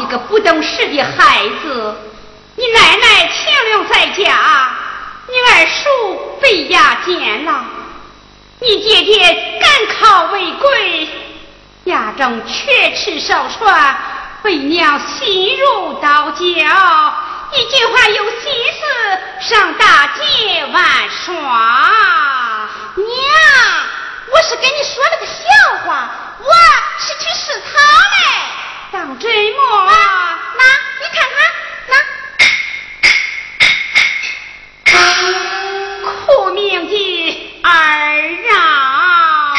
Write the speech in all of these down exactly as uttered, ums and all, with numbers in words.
个不懂事的孩子，你奶奶停留在家，你二叔被押监了，你姐姐赶考未归，家中缺吃少穿，为娘心如刀绞，一句话有心思上大街玩耍。 娘，我是跟你说了个笑话，我是去市场嘞。 当真么？ 啊，那你看看，那苦命的儿啊！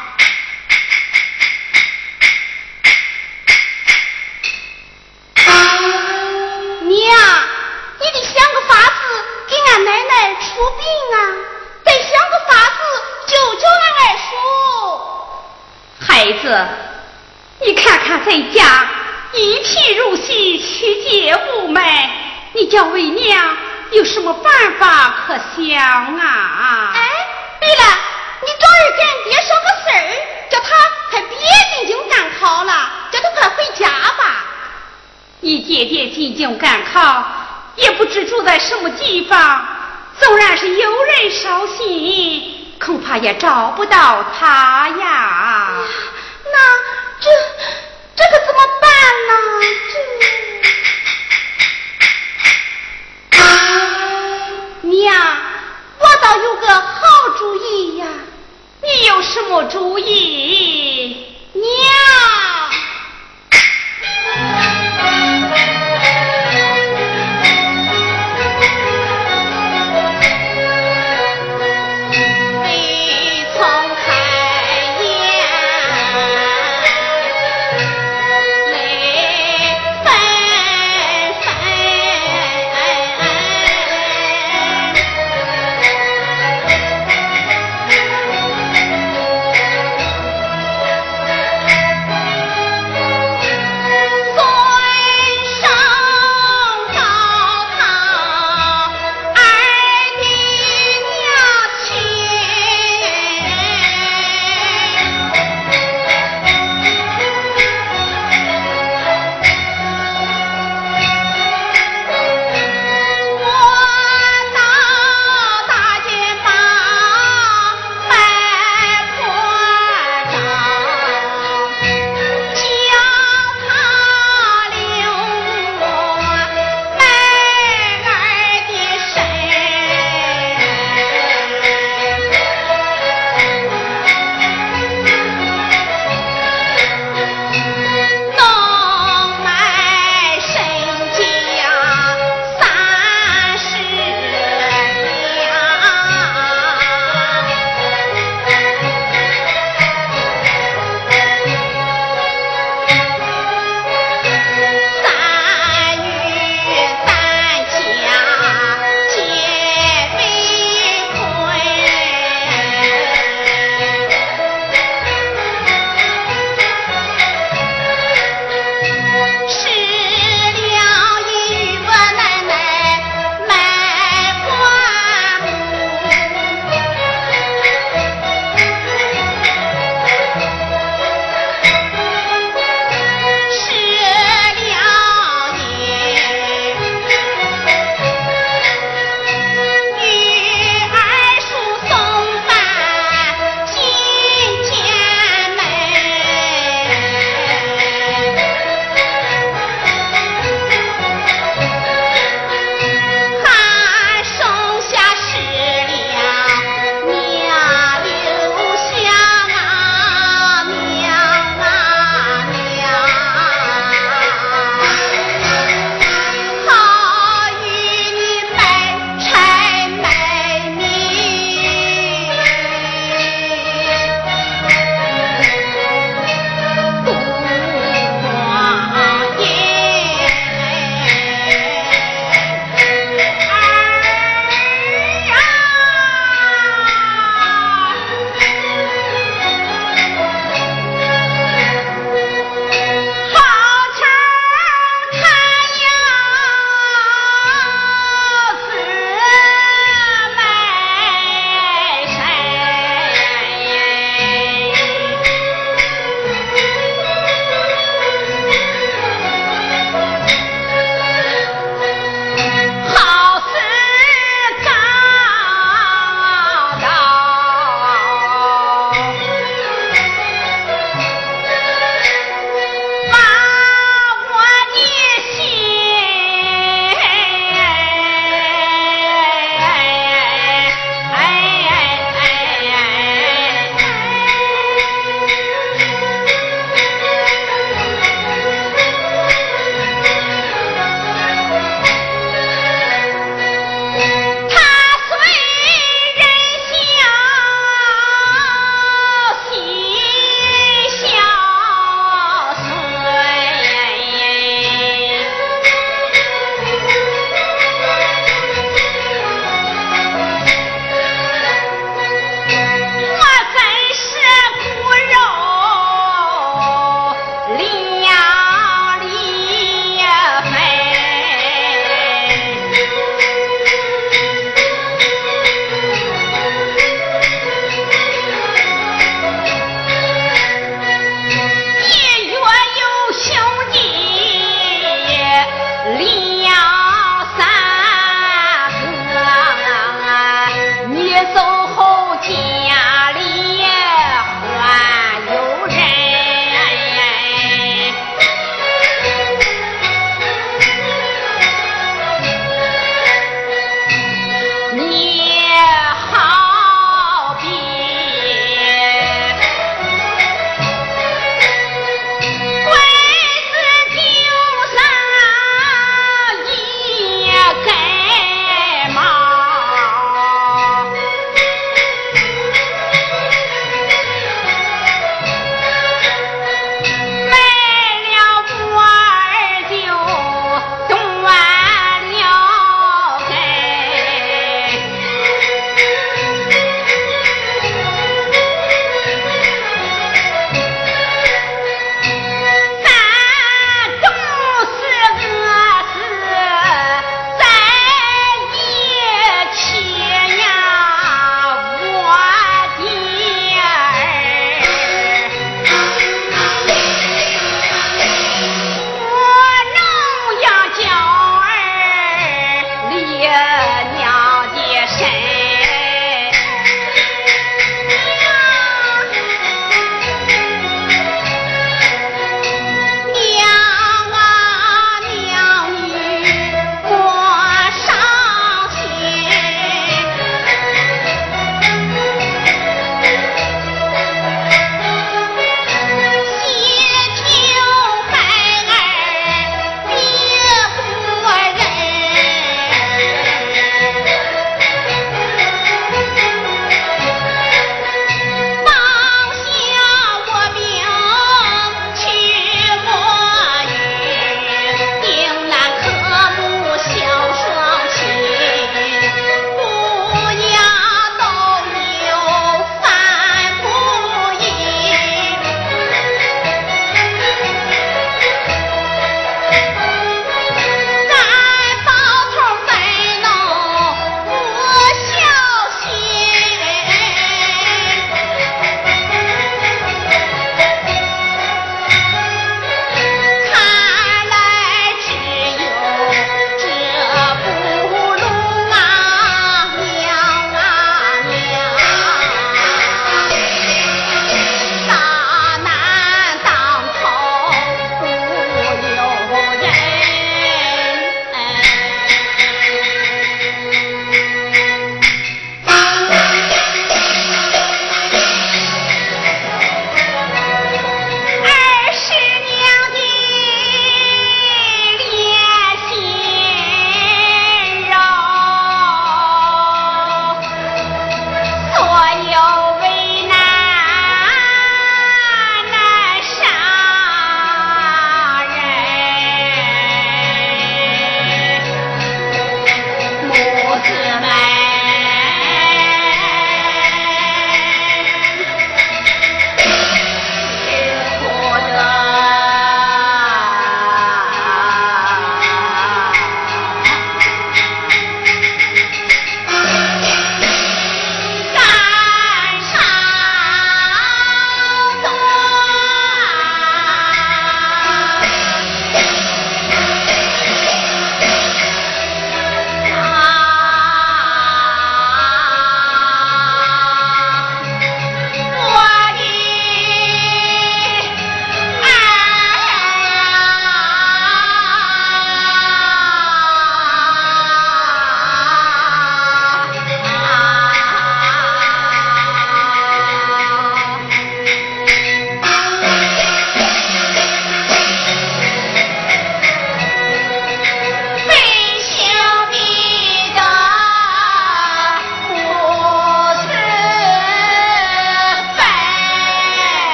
娘，你得想个法子给俺奶奶出病啊，再想个法子救救俺二叔。 孩子，你看看在家一贫如洗，去借无门，你叫为娘有什么办法可想啊？ 哎，对了，你找人给俺爹说个事儿，叫他快别进京赶考了，叫他快回家吧。 你姐姐进京赶考，也不知住在什么地方，纵然是有人捎信，恐怕也找不到他呀。 那这这可怎么办呢？这娘，我倒有个好主意呀。 你有什么主意？ 娘，未曾开言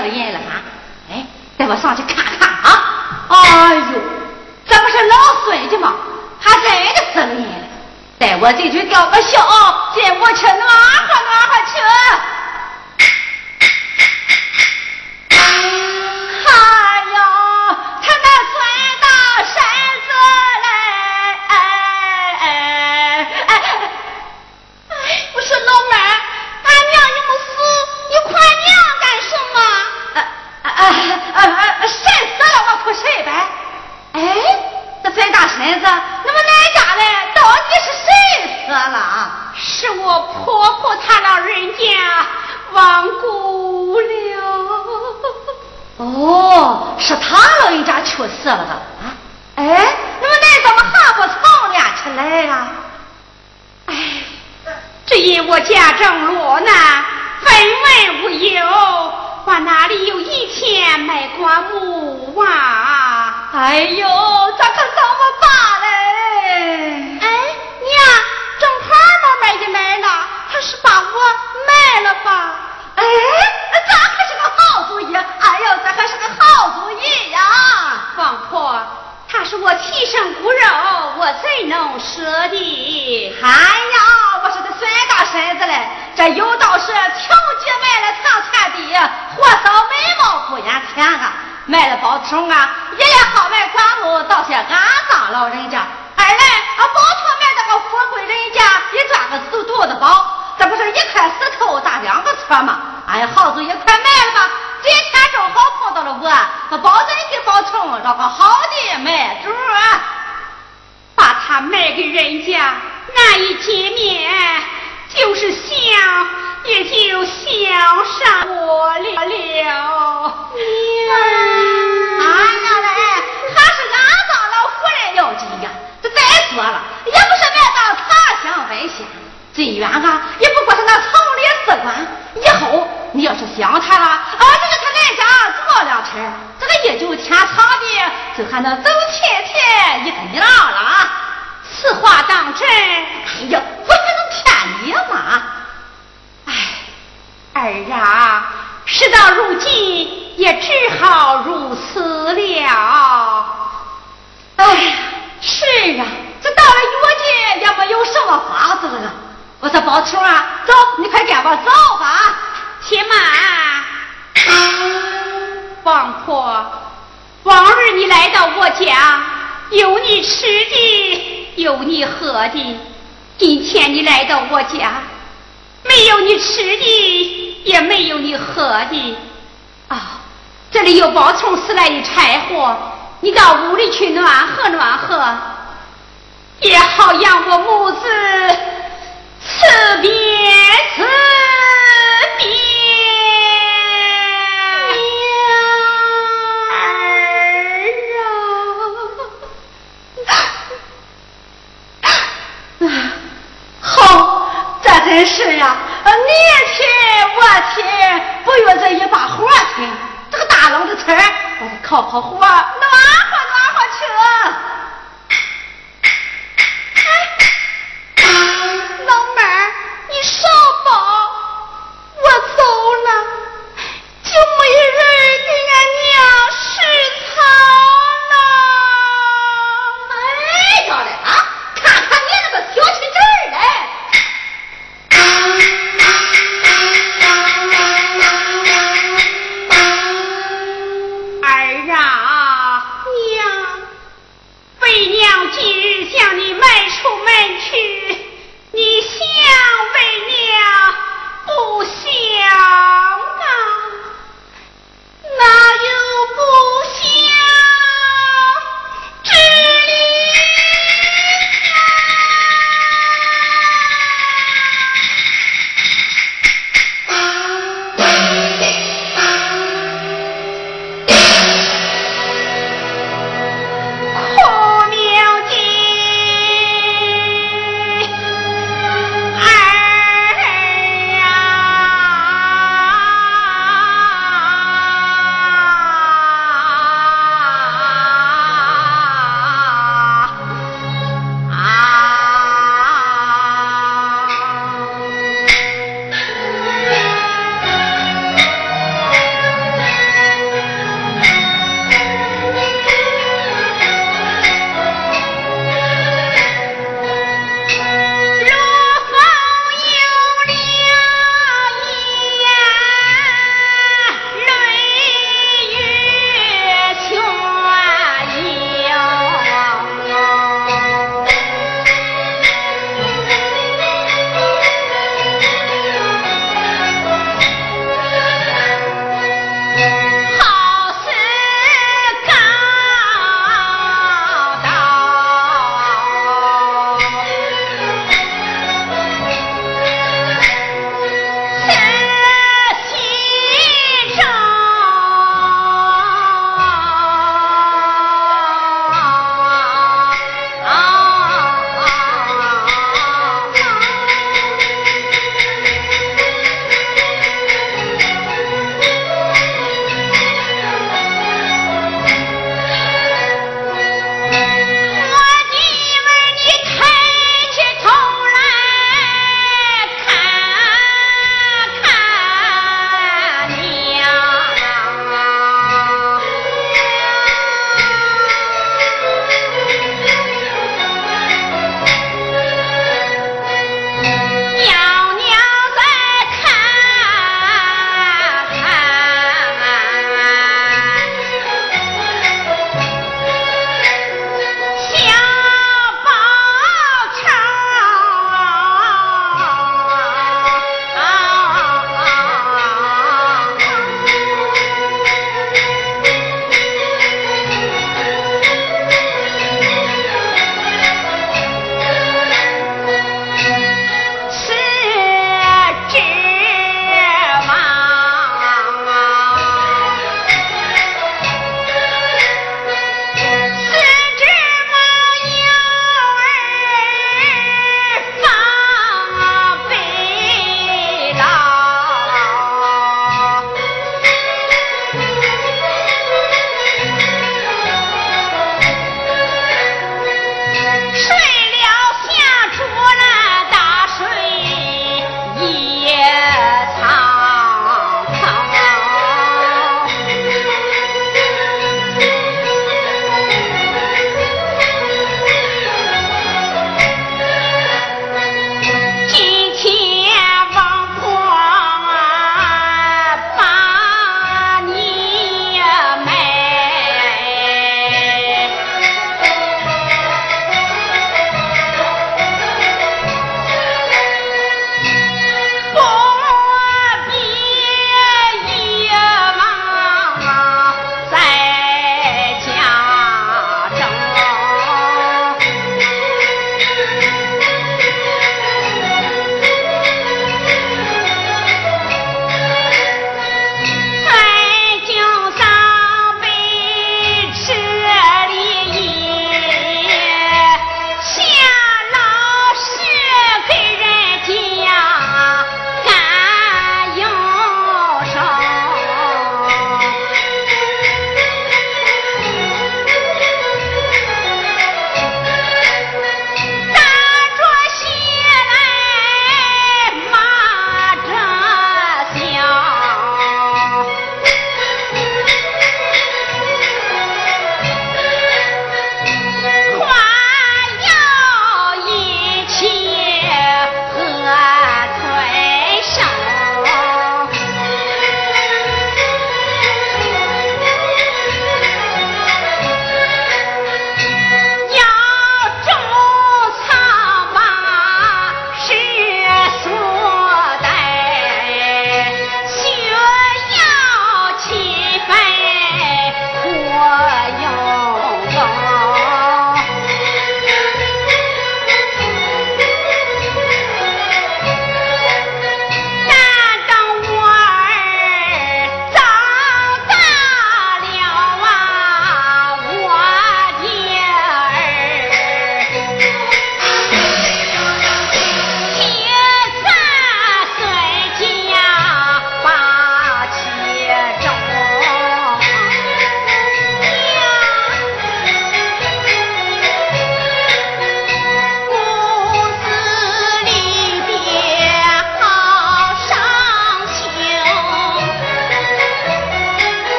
了人了哈！哎，带我上去看看啊！哎呦，这不是老孙家吗？还真的死了人了！带我进去吊个孝，进屋去暖和暖和去。哎呦，他那孙大婶子嘞！哎哎哎！ 我说老妹儿，俺娘又没死，你夸娘干什么？ 啊啊啊啊！谁死了我哭谁呗？哎，这孙大婶子，那么恁家嘞，到底是谁死了？ 是我婆婆她老人家亡故了。 哦，是他老人家去世了的啊！哎，那么恁怎么还不操练起来呀？ 哎，只因我家正落难，分文无有，我哪里有一钱买棺木啊？ 哎呦，这可怎么办嘞？ 哎，娘，正好老妹就来了，还是把我卖了吧？ 哎，这可是个好主意！哎呦，这可是个好主意呀！ 王婆，她是我亲生骨肉，我怎能舍的？ 哎呀，我说这孙大婶子嘞，这有道是穷举卖了唐产地，活烧眉毛不眼前啊！卖了包虫啊，爷爷好卖棺木，倒些安葬老人家。二来啊，包虫卖这个富贵人家，也赚个足肚子饱。这不是一块石头打两个车吗？哎呀，好主意，快卖了吧！今天正好碰到了我，我包人给包虫，找个好的卖主啊！ 把它卖给人家，俺一见面就是想，也就想上我了。 娘，哎呀嘞，还是俺当老夫人要紧呀！这再说了，也不是卖当茶香为先。最远啊，也不过是那城里四关。以后你要是想他了，啊，这个他来家坐两天，这个一九天长的，就还能走亲戚一个样了啊！ 此话当真？ 哎呀，我还能骗你吗？ 哎，儿啊，事到如今也只好如此了。 哎呀，是啊，这到了如今也没有什么法子了。我说宝球啊，走，你快跟我走吧。 且慢，王婆，往日你来到我家，有你吃的，有你喝的。今天你来到我家，没有你吃的，也没有你喝的。啊，这里有包虫拾来的柴火，你到屋里去暖和暖和，也好让我母子辞别辞别。 好，这真是呀、啊，你听我听，不由这一把火听。这个大冷的天儿，我得烤烤火，暖和暖和去。 老妹儿，你少保，我走了，就没人给俺娘拾草了。 哎呀嘞啊！看看你那个小气劲儿嘞！ 儿啊，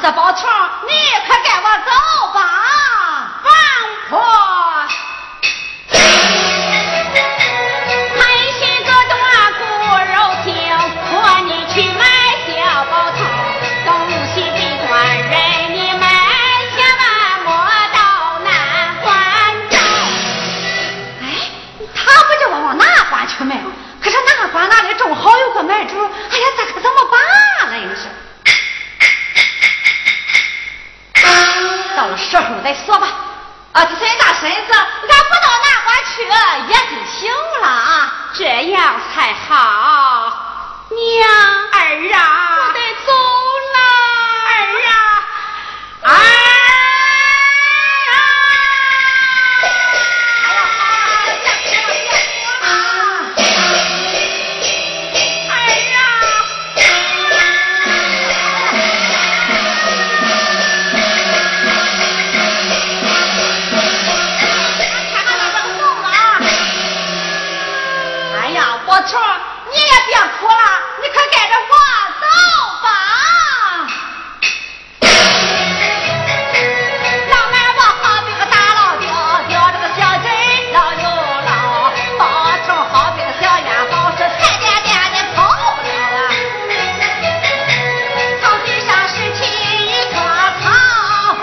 这宝虫，你可该我走吧， 王婆。 去卖，可是那关那里正好有个买主，哎呀，这可怎么办了？也是，到了时候再说吧。 啊，这孙大婶子，俺不到那关去也就行了啊， 这样才好。 娘儿啊， 我得走了， 儿啊，儿。 宝虫，你也别哭了，你可跟着我走吧。老妹儿，我好比个大老雕，雕这个小针老又老；宝虫好比个小元宝，是踩点点的跑不了啊。草地上拾起一棵草，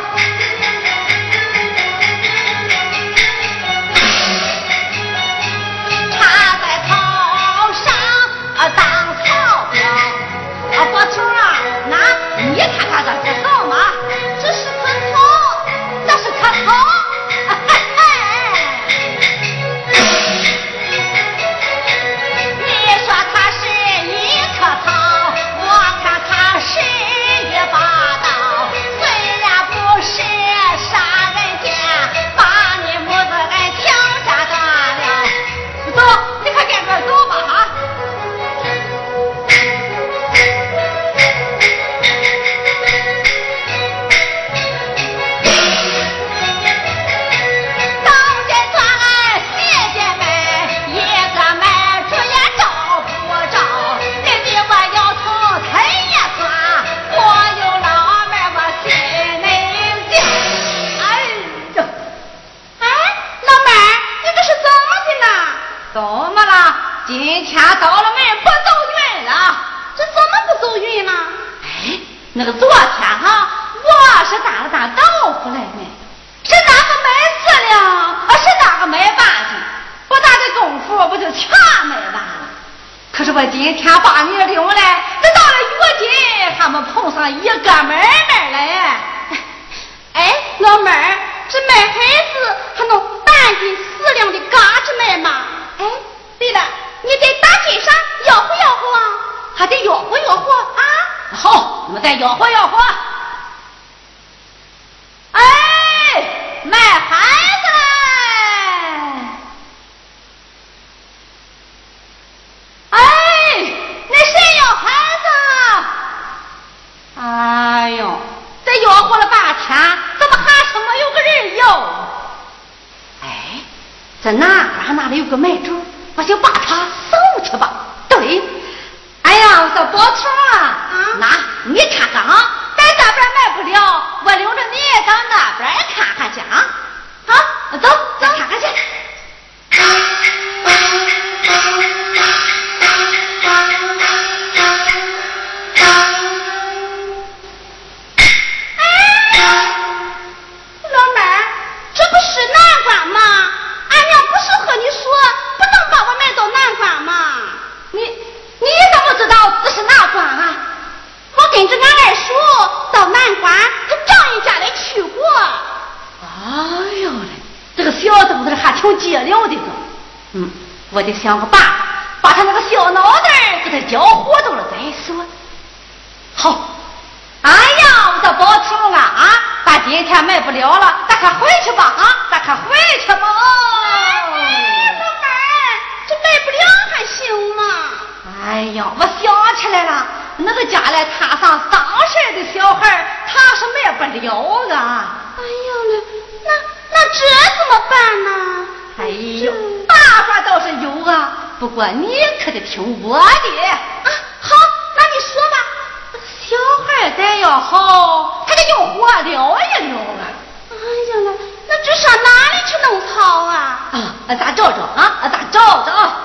插在草。啊，当草标啊，宝虫啊，那你看看这是什么？ 这是棵草， 这是棵草。你说它是一棵草，我看它是一把刀。虽然不是杀人剑，把你母子给挑斩断了。走，你快跟着走吧啊！怎么了？今天到了门不走运了？ 这怎么不走运了？ 哎，那个昨天哈，我是打了打豆腐来卖，是哪个卖饲料，啊是哪个卖半斤，不大的功夫不就全卖完了？可是我今天把你领来，这到了如今，他们碰上一个买卖来。 哎，老妹儿，这卖孩子还能半斤四两的嘎子卖吗？哎，对了，你在大街上吆喝吆喝啊，还得吆喝吆喝啊！ 好，你们再吆喝吆喝。哎，卖孩子嘞！哎，那谁要孩子？哎呦，这吆喝了半天，怎么还是没有个人要？哎，在那边那里有个卖主，我就把他送去吧。对，哎呀，我说宝虫啊， 啊那你看看啊，在这边卖不了，我领着你到那边看看去啊。好，走走看看去。 老妹儿，这不是南关吗？俺娘不是和你说不能把我卖到南关吗？ 你你怎么知道这是哪关啊？ 我跟着俺二叔到南关他丈人家里去过。 哎呦嘞，这个小东西还挺结了的个。嗯，我得想个办法，把他那个小脑袋给他搅糊涂了再说。好，哎呀，我这宝虫啊啊，咱今天卖不了了，咱快回去吧啊，咱快回去吧。 哎，老妹儿，这卖不了还行吗？ 哎呀，我想起来了，那个家来摊上丧事的小孩，他是卖不了啊。 哎呀嘞，那那这怎么办呢？ 哎呦，办法倒是有啊，不过你可得听我的啊。好，那你说吧。 小孩咱要好，他就用火燎一燎啊！ 哎呀了，那这上哪里去弄草啊？ 啊，咱找找啊，咱找找啊！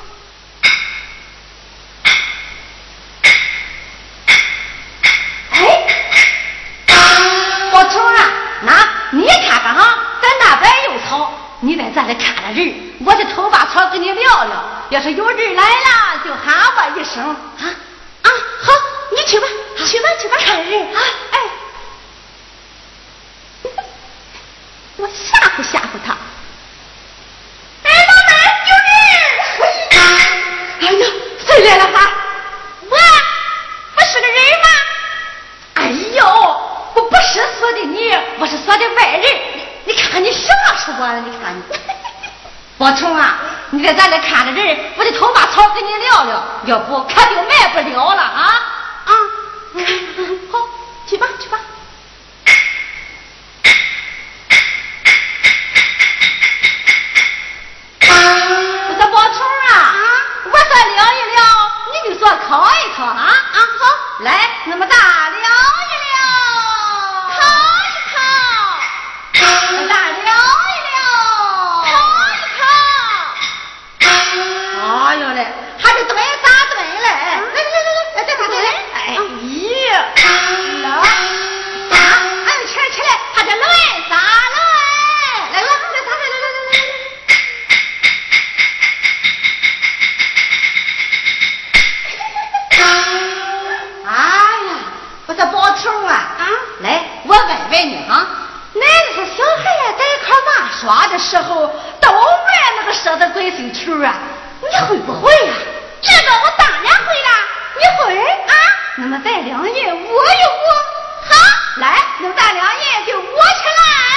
哎，宝虫啊，那你看看哈，咱那边有草，你在这里看着人，我就偷把草跟你聊聊。要是有人来了，就喊我一声啊啊！好，你去吧，去吧，去吧， 看人啊！哎， 我吓唬吓唬他。哎，老妹儿，有人！ 哎呀，谁来了哈？ 我不是个人吗？ 哎呦，我不是说的你，我是说的外人。你看看你什么说了？你看你，宝虫啊，你在咱这看着人，我就偷把草跟你聊聊，要不可就卖不了了啊！ 啊，好，去吧，去吧。 我说宝虫啊，我说聊一聊，你就说考一考啊啊！好，来，那么大聊一聊， 考一考， 大聊一聊， 考一考。 哎呦嘞，还得蹲咋蹲嘞？来来来来，来咋蹲嘞？哎呀，来，啊，哎，起来起来，还得轮啥轮？来来来，啥来来来来来。哎呀，我说宝虫啊，啊，来，我问问你啊，那那些小孩呀，在一块玩耍的时候，都玩那个蛇的鬼星球啊，你会不会呀、啊？ 这个我当然会啦， 你会啊？那么咱两人舞一舞，好，来，那么咱两人就舞起来。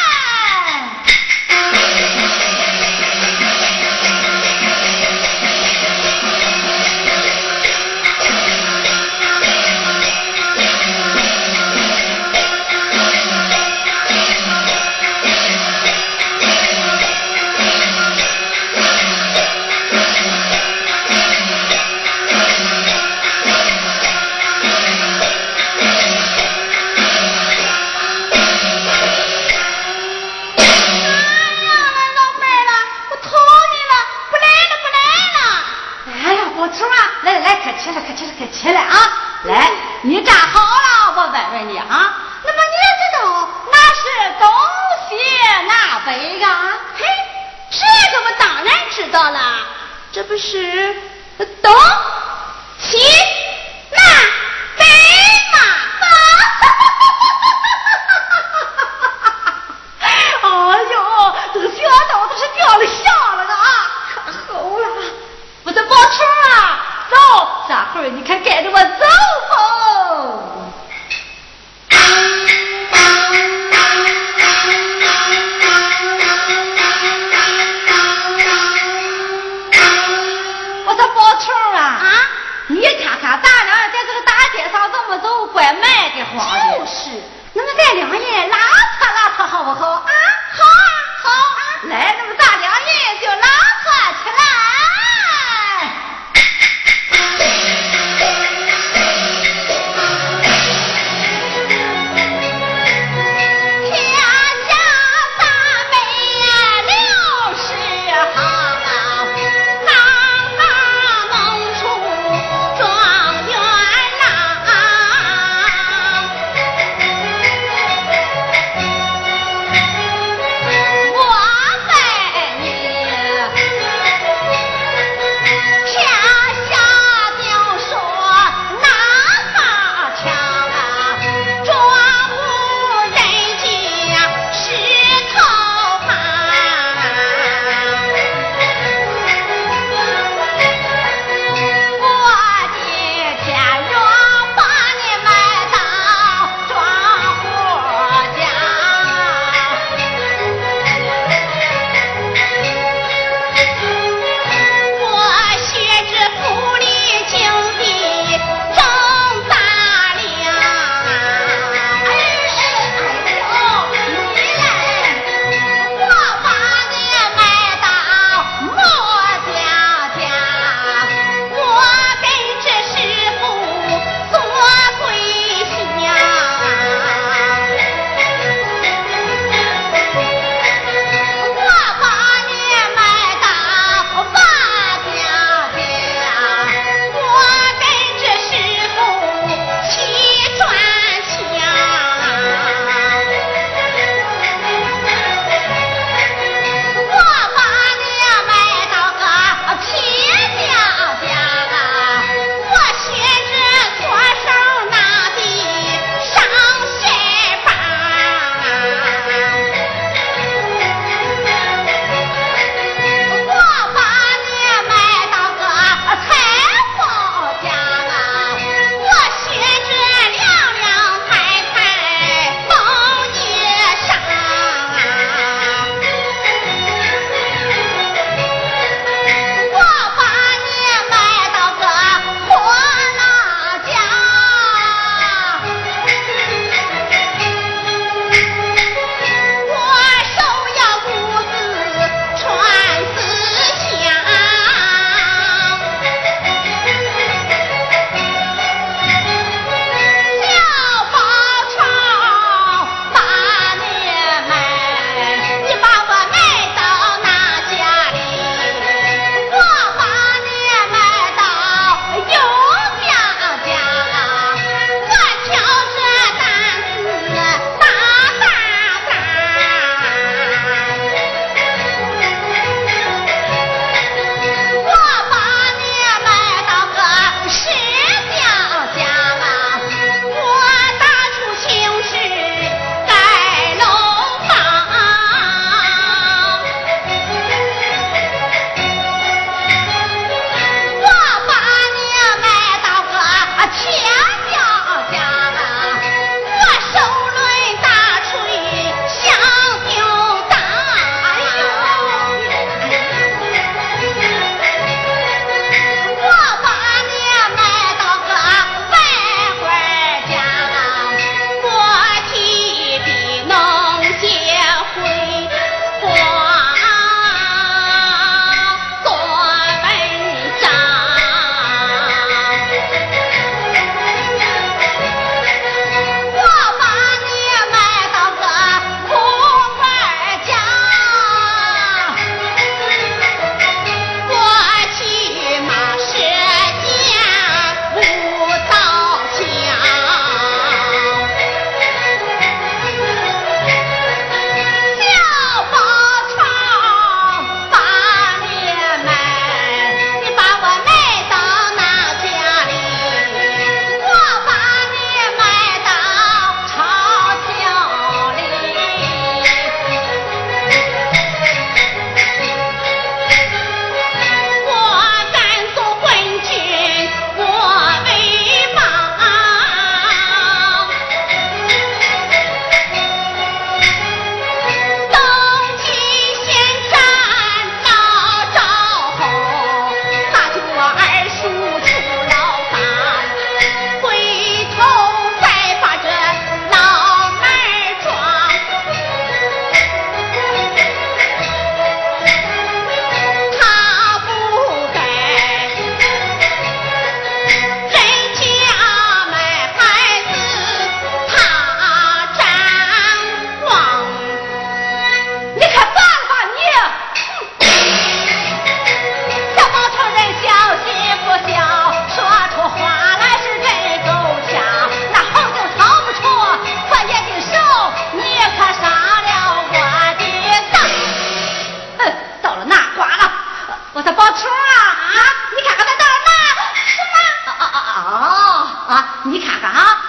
起来，快起来，快起来啊！来，你站好了，我问问你啊，那么你也知道那是东西南北啊？ 嘿，这个我当然知道了，这不是东西南北吗？ 哎呦，这个小豆子是掉了下了啊！可好了，我这宝虫啊！走，这会儿你可跟着我走哦。我说宝虫啊，啊，你看看咱俩在这个大街上这么走，怪慢的慌的。 就是， 那么咱两人拉扯拉扯好不好啊？ 好啊，好啊。 来，那么咱两人就拉扯起来。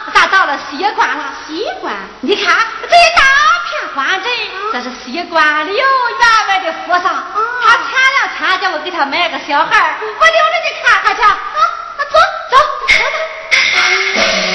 咋到了西关了？ 西关， 你看这一大片关镇，这是西关刘员外的府上。他前两天叫我给他买个小孩，我领着你看看去。啊，走走走走。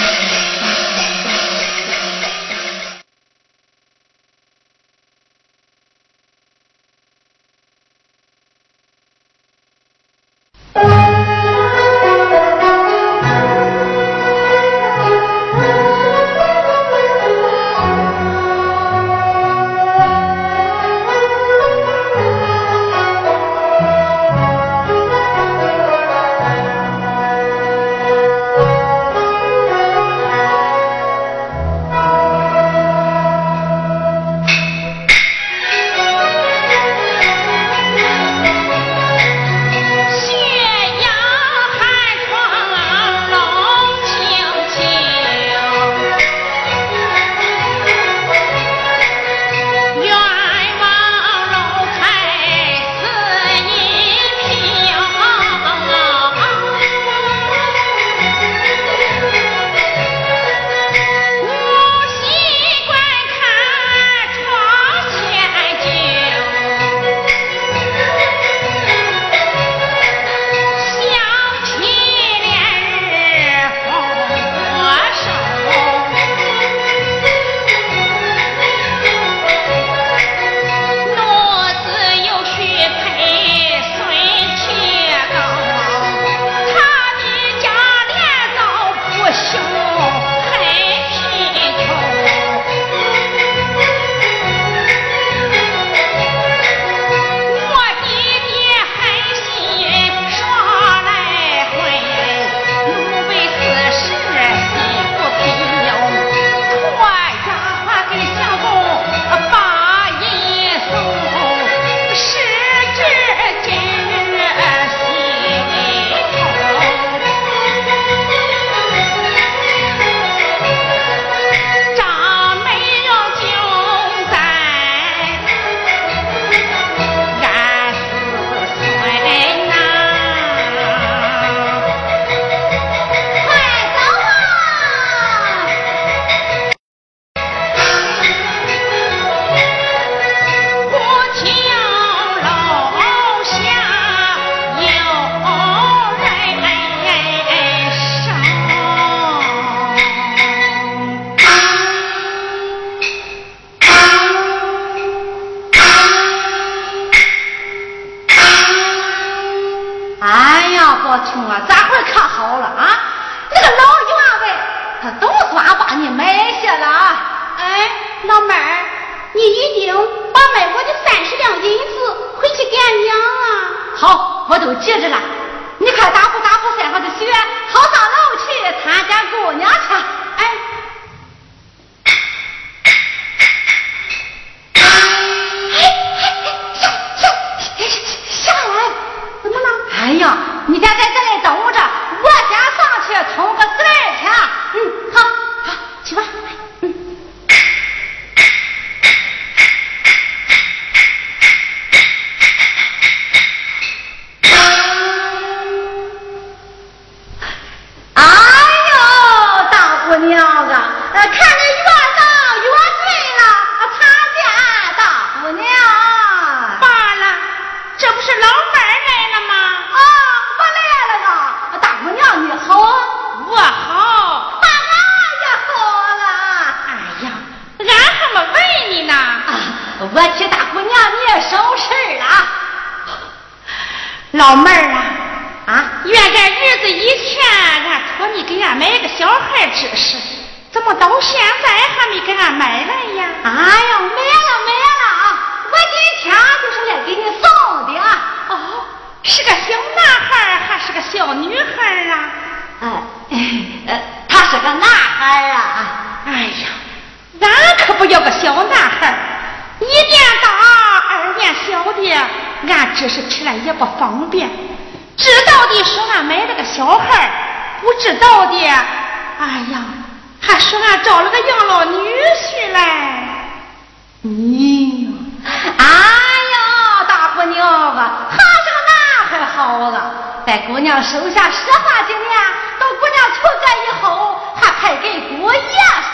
老妹儿啊，啊，原该日子以前俺托你给俺买个小孩知识，怎么到现在还没给俺买来呀？ 哎呀，买了买了啊！我今天就是来给你送的啊。 哦，是个小男孩还是个小女孩啊？ 呃呃，他是个男孩啊。 哎呀，俺可不要个小男孩，一年大二年小的，俺只是起来也不方便。知道的说俺买了个小孩，不知道的，哎呀，还说俺找了个养老女婿来。 你、哎，哎呀，大姑娘啊，还是个男孩好啊！在姑娘手下十八九年，等姑娘出嫁以后，还派给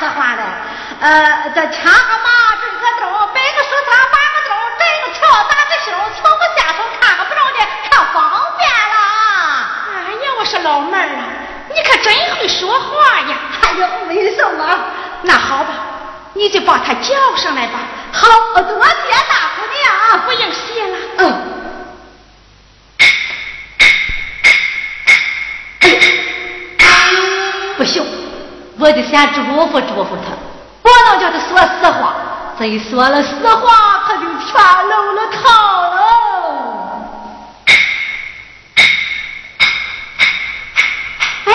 说话的。呃，这掐个麻，这个钟，摆个手叉，八个钟，这个桥，打个胸，凑个下手，看个不着的，可方便了。 哎呀，我说老妹儿啊，你可真会说话呀！ 哎呦，为什么？ 那好吧，你就把他叫上来吧。 好，多谢大姑娘， 不用谢了。 嗯。不行，我得先嘱咐嘱咐他，不能叫他说实话。这一说了实话，可就全漏了套了。哎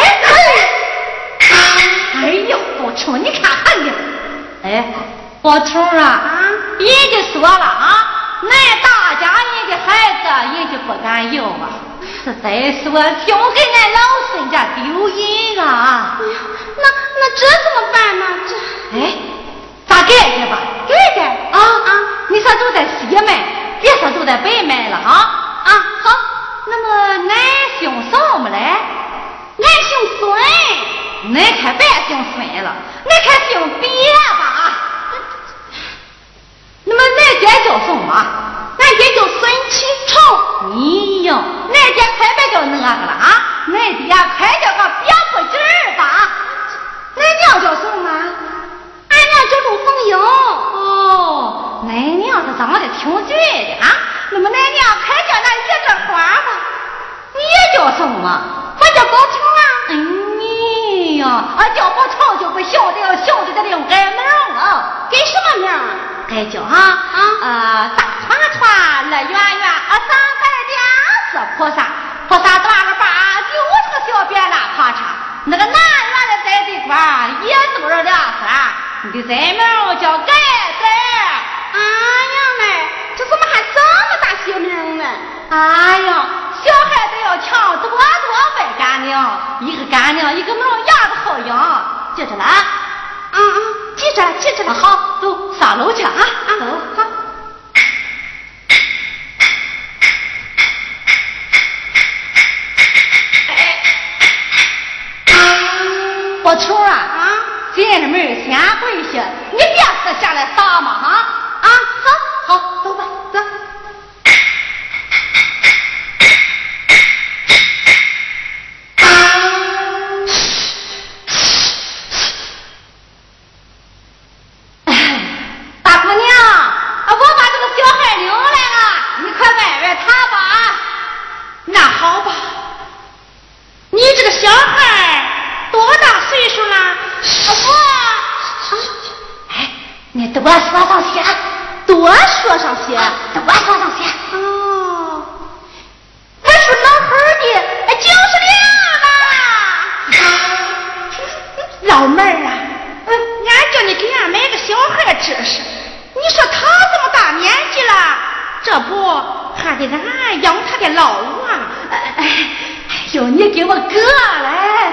哎，哎呦，宝冲，你看看你，哎，宝冲啊，啊，人家说了啊，俺大家人的孩子，人家不敢要啊。是再说，听给俺老孙家丢人啊！ 哎呀，那那这怎么办呢？这哎，咋改改吧？ 改改啊啊！你说都在西门，别说都在北门了啊啊！好，那么俺姓什么嘞？ 俺姓孙。 俺可别姓孙了，俺可姓别吧啊！那么俺爹叫什么？ 俺爹叫孙启崇。 你哟，俺爹快别叫那个了啊！俺爹快叫个别不劲儿吧！俺娘叫什么？ 俺娘叫陆凤英。 哦，俺娘是长得挺俊的啊。那么俺娘快叫那一枝花吧。你叫什么？ 我叫宝琼啊。 哎你呀，啊叫宝琼就不行，得要行就得另改名了。 改什么名？ 该叫啊啊呃大船船，乐圆圆，啊三百两是菩萨，菩萨抓个把，就是个小扁拉爬叉。那个南园的在这块也都是俩三，你的真名叫盖子。 哎呀嘞，这怎么还这么大小名呢？ 哎呀，小孩子要强多多倍干净，一个干净，一个名牙子好养，记着了啊。 嗯嗯，记着了，记着了。 好，走上楼去啊！ 啊， 走， 好。 宝球啊啊，进了门先跪下，你别是下来撒嘛哈啊！好，好，走吧，走。 小孩多大岁数了？ 我， 哎，你多说上些， 多说上些， 多说上些。 哦，还说老猴的就是俩吧。老妹儿啊，嗯，俺叫你给俺买个小孩知识，你说他这么大年纪了，这不还得俺养他的老啊？ 哎哎哟，你给我哥来！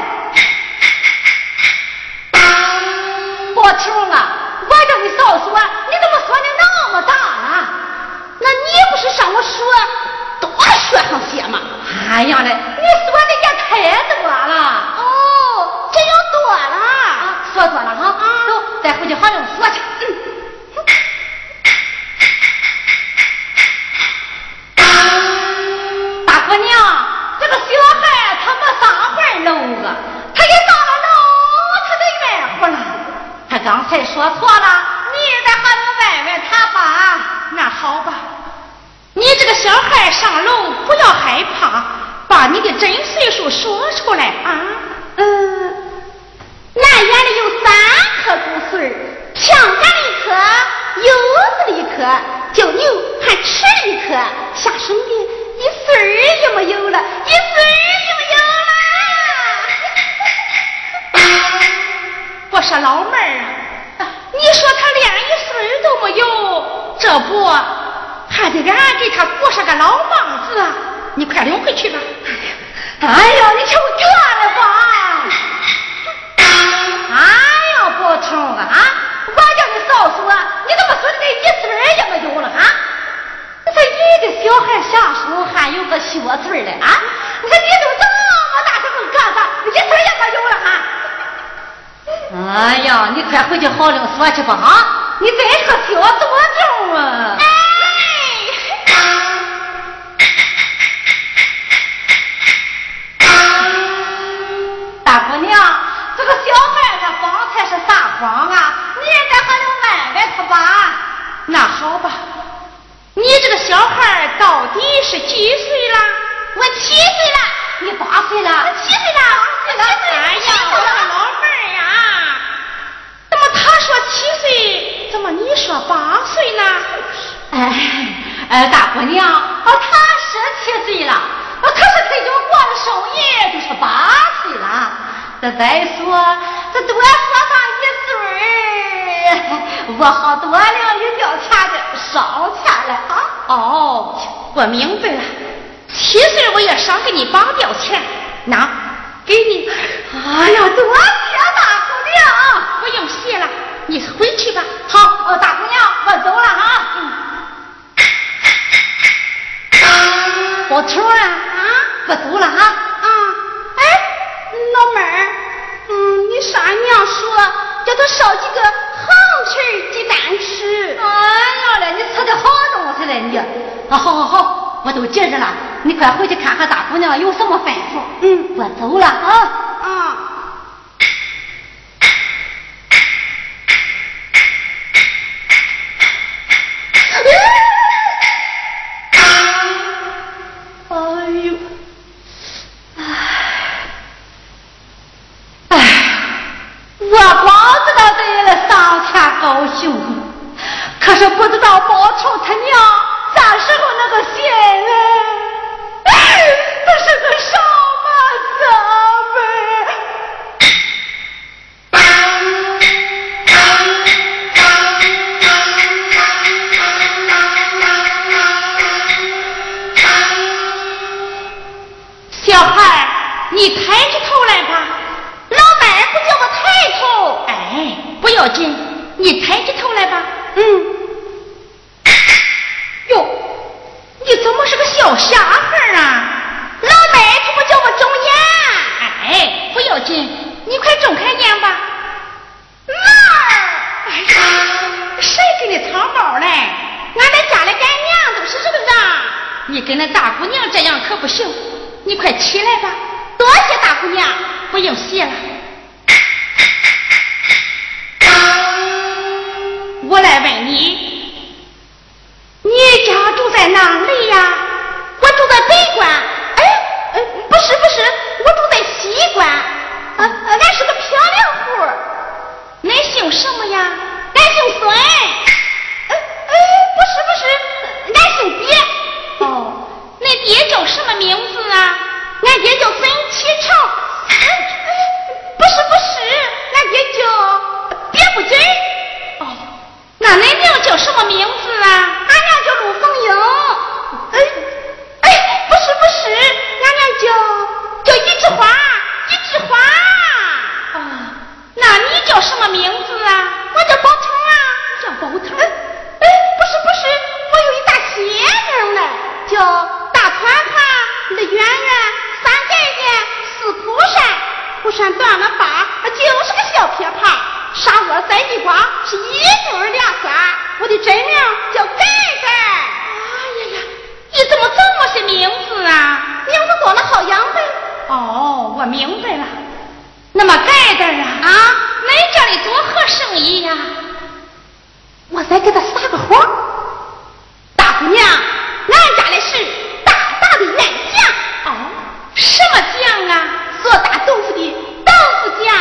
宝冲啊，我叫你少说，你怎么说的那么大了？ 那你不是让我说多说上些吗？ 哎呀嘞，你说的也太多了。 哦，这又多了， 啊、说多了哈。啊，走，再回去好好说去。嗯。大姑娘。这个小孩他没上会楼啊，他一上了楼，他就怨乎了。他刚才说错了，你再还能问问他吧。 那好吧，你这个小孩上楼不要害怕，把你的真岁数说出来啊。 嗯，南园里有三棵古穗，墙杆一棵，柚子的一棵，就牛还吃了一棵，下生的一穗儿也没有了，一穗儿也没有了。 我说老妹儿啊，你说他连一穗儿都没有，这不还得俺给他裹上个老帽子啊？你快领回去吧。 哎呦，你瞅这了吧？哎呦，宝冲啊，我叫你少说，你怎么说的这一穗儿也没有了哈？这一个小孩下手还有个小穗嘞啊！你说你都这么大这个个子，一穗也没有了哈！ 哎呀，你快回去好领说去吧啊！你再说小多重啊！大姑娘，这个小孩他方才是撒谎啊！你应该还能问问他吧？ 那好吧，你这个小孩到底是几岁了？ 我七岁了。 你八岁了？ 我七岁了。 八岁了？ 哎呀，我的老妹儿呀，怎么他说七岁，怎么你说八岁呢？ 哎哎，大姑娘，啊，他是七岁了，可是他已经过了生日，就是八岁了。这再说，这多说上一岁，我好多领一吊钱的烧钱了啊！ 哦，我明白了，七岁我也少给你绑吊钱，那给你。 哎呀，多谢大姑娘， 不用谢了，你回去吧。 好，呃，大姑娘，我走了啊。嗯。宝头啊， 啊， 我走了啊。 啊，哎，老妹儿，嗯，你上娘说叫他烧几个横皮鸡蛋吃。 哎呀嘞，你吃的好东西嘞你。啊，好好好，我都记着了。你快回去看看大姑娘有什么吩咐。 嗯， 我走了啊。 啊。 哎呦，哎，我光知道为了上钱高兴，可是不知道报仇他娘啥时候那个心呢？这是个什么责备？ 小孩，你抬起头来吧。 老妹儿不叫我抬头。 哎，不要紧，你抬起头来吧。 嗯。 哟，你怎么是个小瞎孩啊？ 老妹儿可不叫我睁眼。 哎，不要紧，你快睁开眼吧。 妹儿， 哎呀，谁给你藏包嘞？ 俺在家里干娘都是这个样。 你跟那大姑娘这样可不行，你快起来吧。 多谢大姑娘。 不用谢了。我来问你，你家住在哪里呀？ 我住在北关。哎，呃，不是不是，我住在西关。呃，俺是个漂亮户。 恁姓什么呀？ 俺姓孙。哎哎，不是不是，俺姓别。 哦，恁爹叫什么名字啊？ 俺爹叫孙启成。不是不是，俺爹叫别不嘴。 哦，那恁娘叫什么名字啊？ 俺娘叫陆凤英。哎哎，不是不是，俺娘叫叫一枝花，一枝花。 哦，那你叫什么名字啊？ 我叫宝成啊。 你叫宝成？ 哎，不是不是，我有一大写名嘞，叫大团团、二圆圆、三盖盖、四蒲扇。蒲扇断了把，就是个小撇耙。沙窝塞地瓜是一对俩仨。我的真名叫盖盖。 哎呀呀，你怎么这么些名字啊？ 名字多了好养呗。 哦，我明白了。那么盖盖啊， 啊， 恁家里做何生意呀？ 我再给他撒个谎。大姑娘，俺家里是大大的院墙。 哦，什么酱啊？ 做大豆腐的豆腐酱。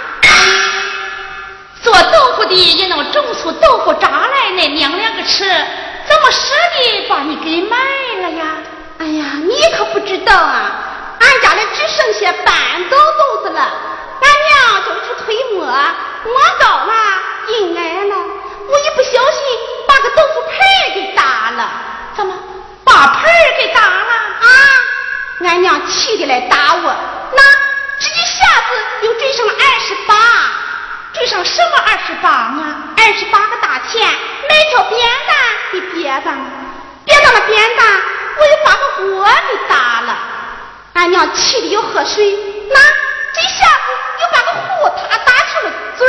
做豆腐的也能种出豆腐渣来，那娘两个吃，怎么舍得把你给卖了呀？ 哎呀，你可不知道啊，俺家里只剩下半斗豆子了。俺娘就是推磨，磨高了，阴矮了，我一不小心把个豆腐盆给打了。 怎么把盆给打了啊？俺娘气的来打我，那这一下子又追上了二十八。 追上什么二十八啊？ 二十八个大钱，每条扁担给别当了，别当了扁担，我又把个锅给打了。俺娘气的又喝水，那这下子又把个壶塔打成了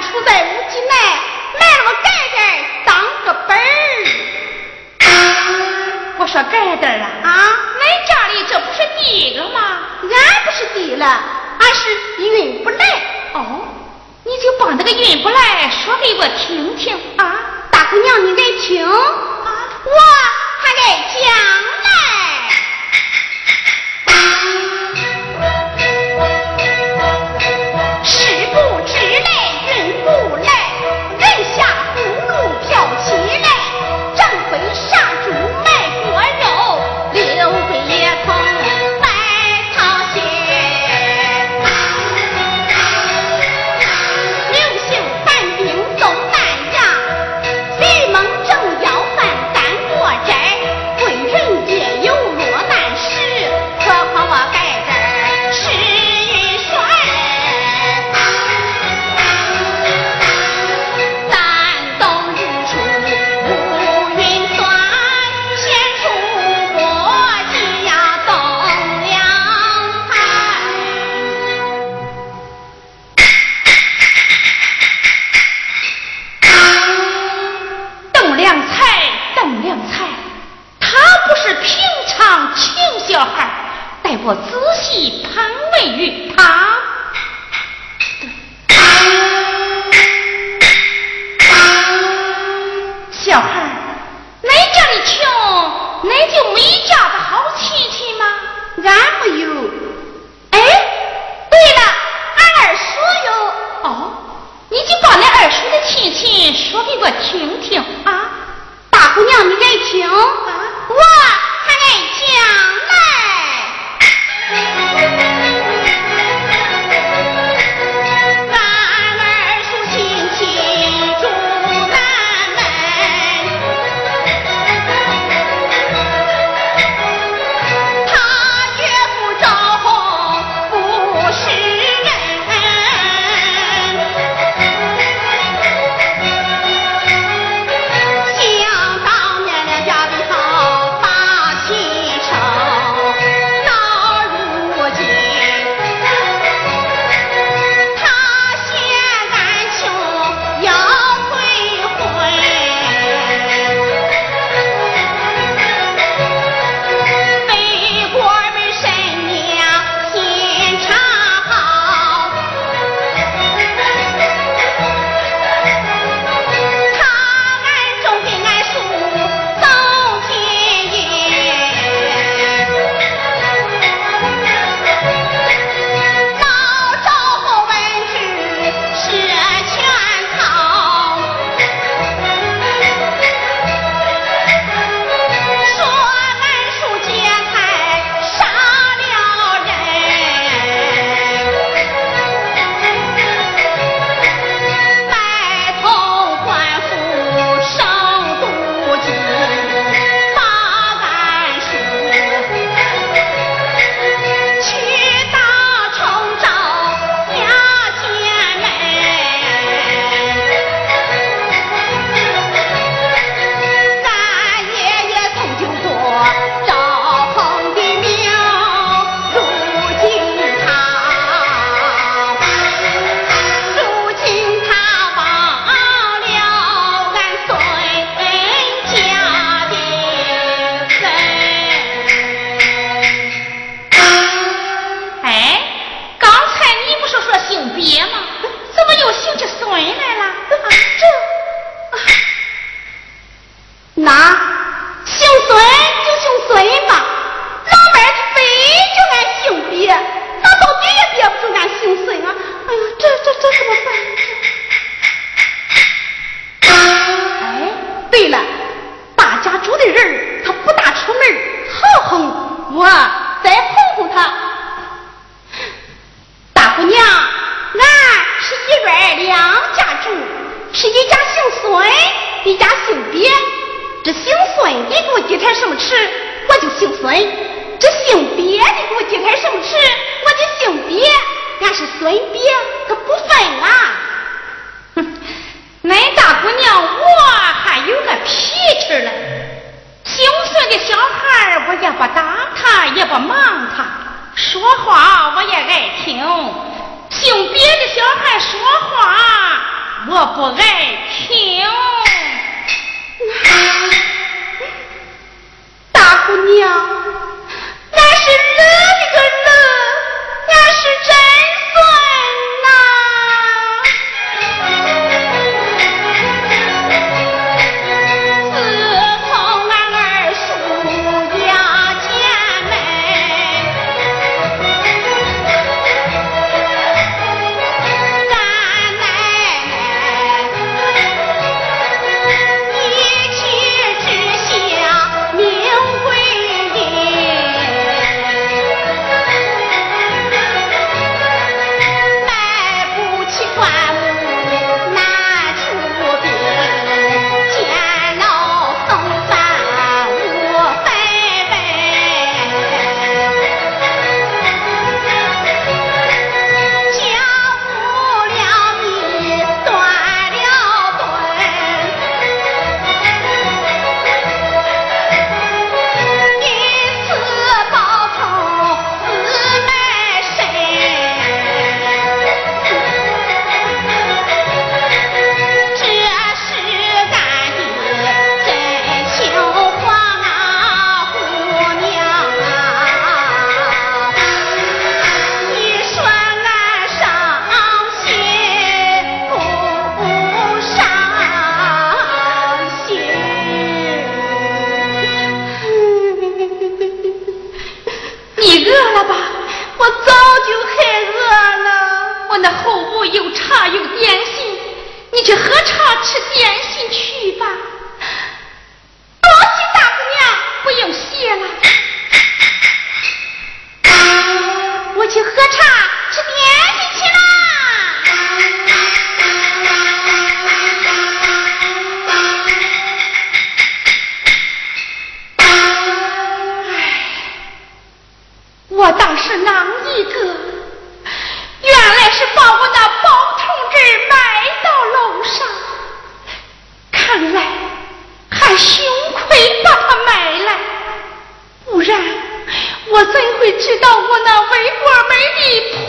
处在屋脊内，买了个盖盖当个本儿。 我说盖的啊， 啊， 恁家里这不是地了吗？ 俺不是地了，俺是运不来。 哦，你就把那个运不来说给我听听啊！ 大姑娘，你爱听？啊，我还爱讲嘞。事不知来，运不来，人下不路飘起来，正回杀猪卖锅肉，刘备也曾在朝鲜。刘秀犯兵走南阳，徐蒙正要犯三国寨，贵人也有落难时，何况我盖这儿是玉栓。三冬日出乌云端，先出国际呀东凉菜。 邓良才，邓良才，他不是平常穷小孩，待我仔细盘问于他。小孩，恁家里穷，恁就没家的好亲戚吗？ 俺没有。哎，对了，俺二叔有。 哦，你就把那二叔的亲戚说给我听听啊！ 大姑娘，你爱听？ 啊， 我还爱讲嘞。俺二叔亲戚住南门，他岳父赵洪不是人，想当年两家的好大齐城，到如今他嫌俺穷要退婚，北国门神娘心肠好，他暗中给俺叔送金银，老赵后闻之设圈套，说俺叔劫财杀了人，埋头官府生毒计，把俺叔去打청找下界门。咱爷爷曾救过赵恒的命，如今他如今他忘了俺孙家的坟。 哎，刚才你不是说姓别吗？怎么又姓这孙来了？啊， 那姓孙就姓孙吧，老妹儿非叫俺姓别，那到底也别不住俺姓孙啊！哎呦，这这这怎么办？哎，对了，大家族的人他不大出门，好哄，我再哄哄他。大姑娘，俺是一院两家住，是一家姓孙，一家姓别。这姓孙的给我接开什么吃，我就姓孙；这姓别的给我接开什么吃，我就姓别。俺是孙别，他不分啊。 哼，恁大姑娘我还有个脾气了，姓孙的小孩我也不打他，也不骂他，说话我也爱听。姓别的小孩说话我不爱听。 大姑娘，俺是乐的个乐，俺是真孙呐。你去喝茶吃点心去吧。多谢大姑娘，不用谢了。我去喝茶吃点心去啦。我当是囊一个，原来是把我那包同志卖到楼上，看来还羞愧把他买来，不然我怎会知道我那为国美的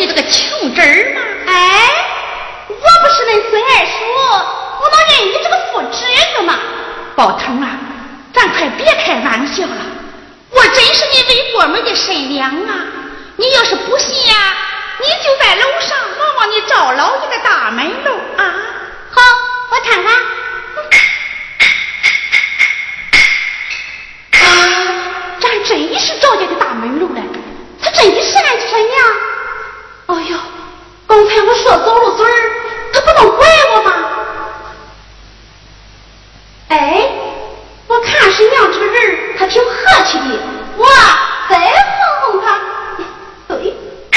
你这个穷侄儿吗？ 哎，我不是恁孙二叔，我能认你这个富侄子吗？ 宝腾啊，咱快别开玩笑了，我真是你为伯母的婶娘啊！你要是不信呀、啊，你就在楼上望望你赵老爷的大门楼啊！ 好，我看看。咱真是赵家的大门楼了，他真的是俺婶娘。哎呦，刚才我说走了嘴儿，他不能怪我吗？哎，我看婶娘这个人还挺和气的，我再哄哄他。对，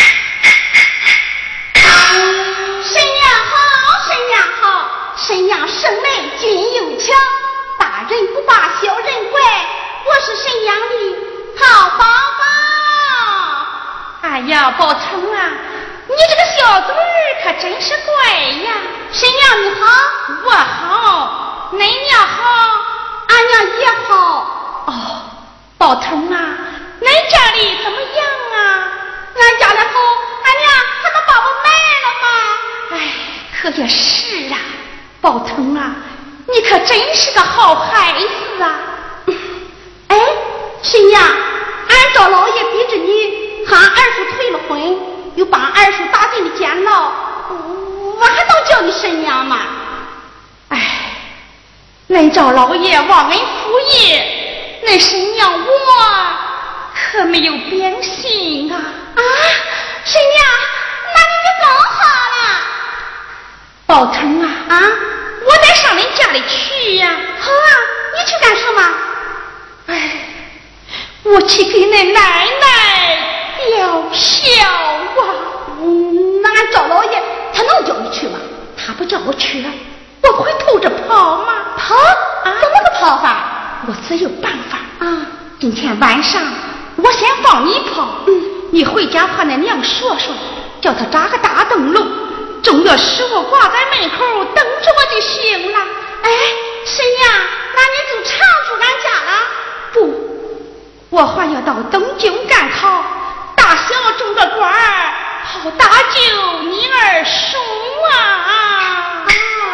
婶娘好，婶娘好，婶娘生来俊又强，大人不怕小人怪，我是婶娘的好宝宝。 哎呀，宝成啊，你这个小嘴儿可真是乖呀！ 婶娘你好， 我好，恁娘好， 俺娘也好。 哦，宝成啊，恁家里怎么样啊？ 俺家里好，俺娘还能把我卖了吗？ 哎，可也是啊，宝成啊，你可真是个好孩子啊！ 哎，婶娘，俺赵老爷逼着你喊二叔退了婚，又把二叔打进了监牢，我还能叫你婶娘吗？ 哎，恁赵老爷忘恩负义，恁婶娘我可没有变心啊！ 啊，婶娘，那你就更好了。 宝成啊啊， 我得上恁家里去呀、啊。 好啊，你去干什么？ 哎，我去给恁奶奶吊孝啊！ 嗯，那俺赵老爷他能叫你去吗？ 他不叫我去，我会偷着跑吗？ 跑啊？怎么个跑法？ 我自有办法啊！ 今天晚上我先放你跑，嗯，你回家和恁娘说说，叫他扎个大灯笼，正月十五挂在门口等着我就行了。 哎，婶娘，那你就常住俺家了？ 不，我还要到东京赶考，大小中个官儿，好搭救你二叔啊！啊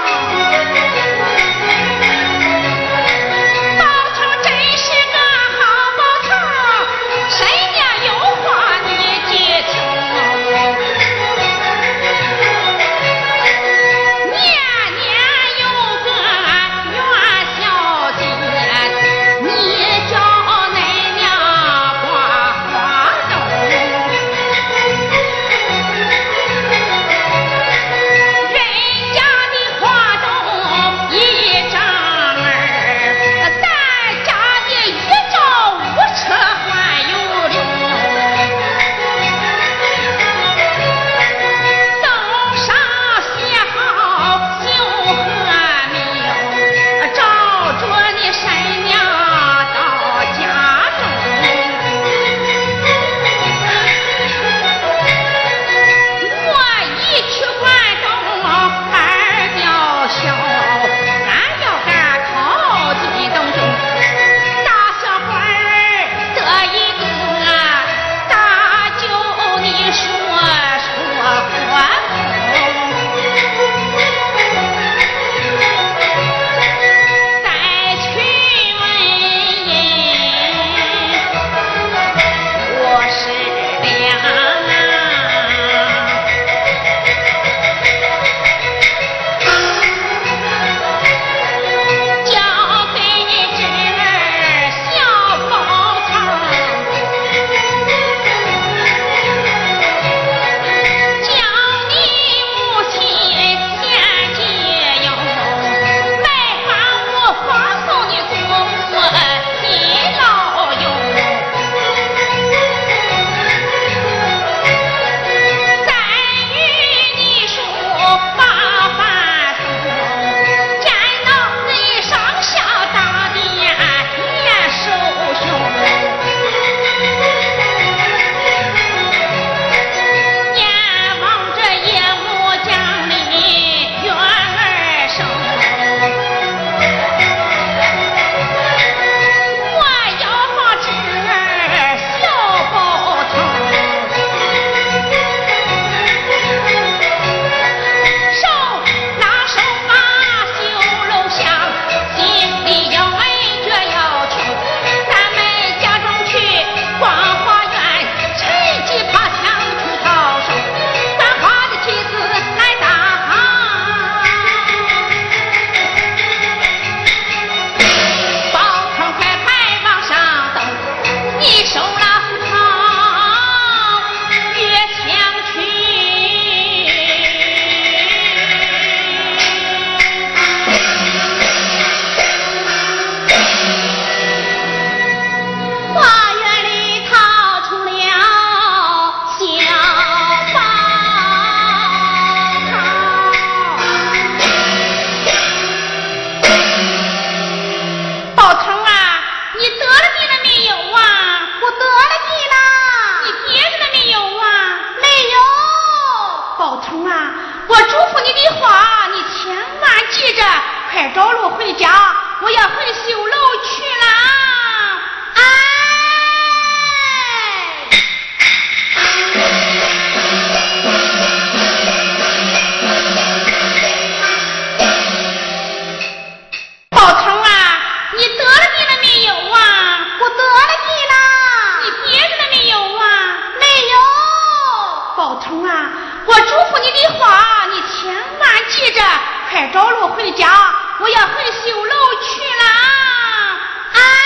宝成真是个好宝成，谁家有话你接听，年年有个元宵节，你叫恁娘花花着，快着路回家，我要回绣楼去了。哎，宝成啊，你得了病了没有啊？ 我得了病了。 你别人了没有啊？ 没有。 宝成啊，我嘱咐你的话，你千万记着，快着路回家，我要回绣楼去了。哎。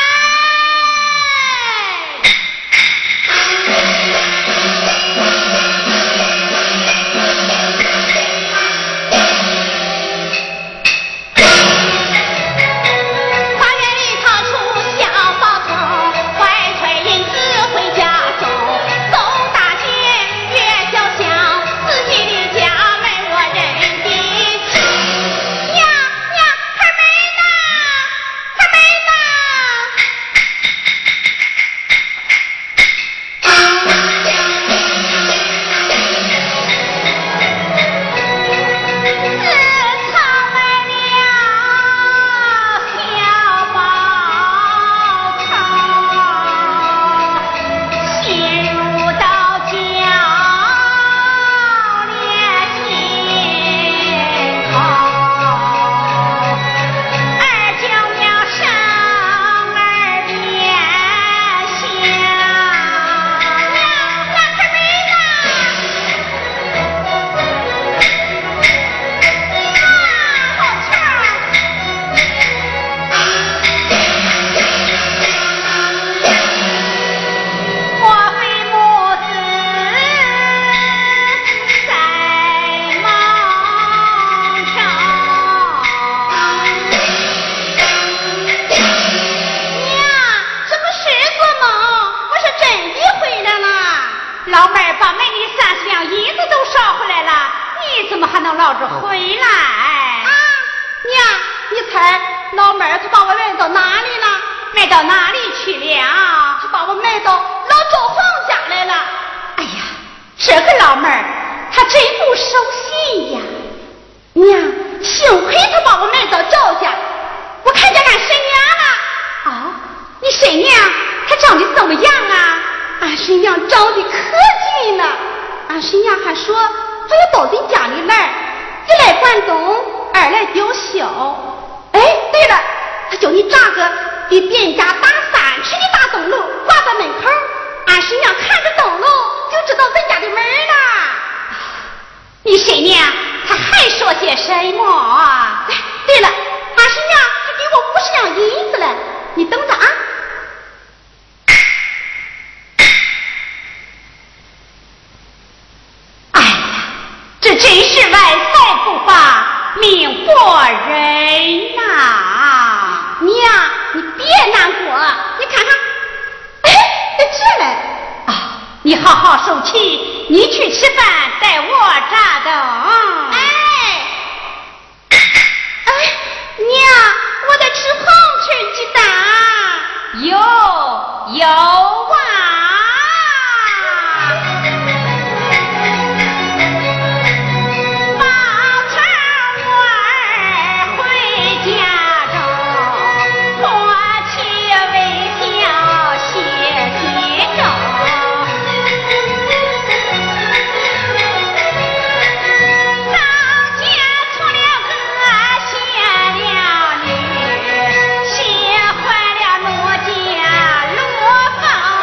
学坏了奴家罗房。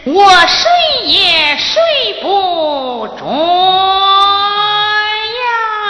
我睡也睡不着呀。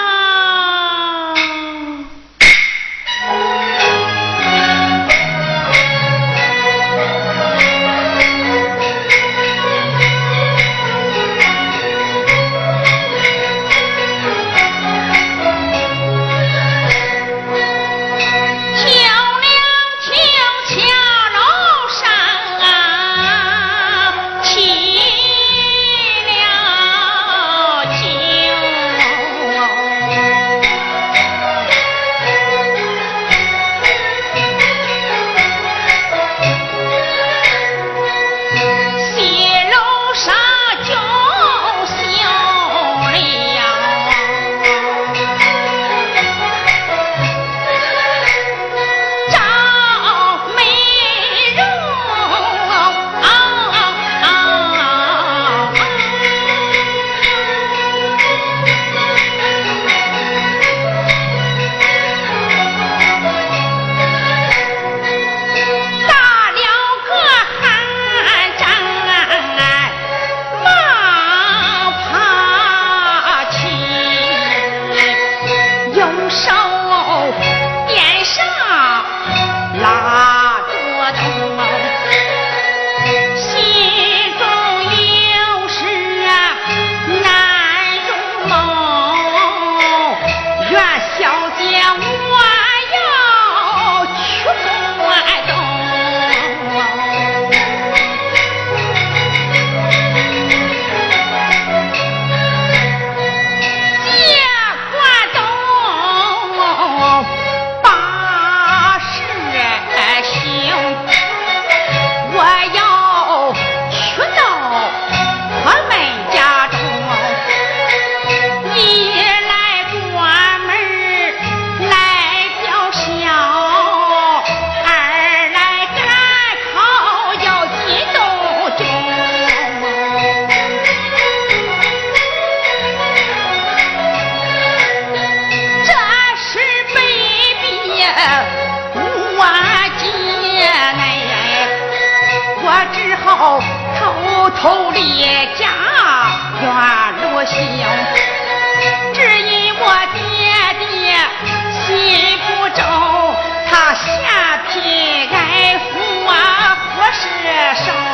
偷偷列家远路行，只因我爹爹心不周，他下聘爱父啊不是手。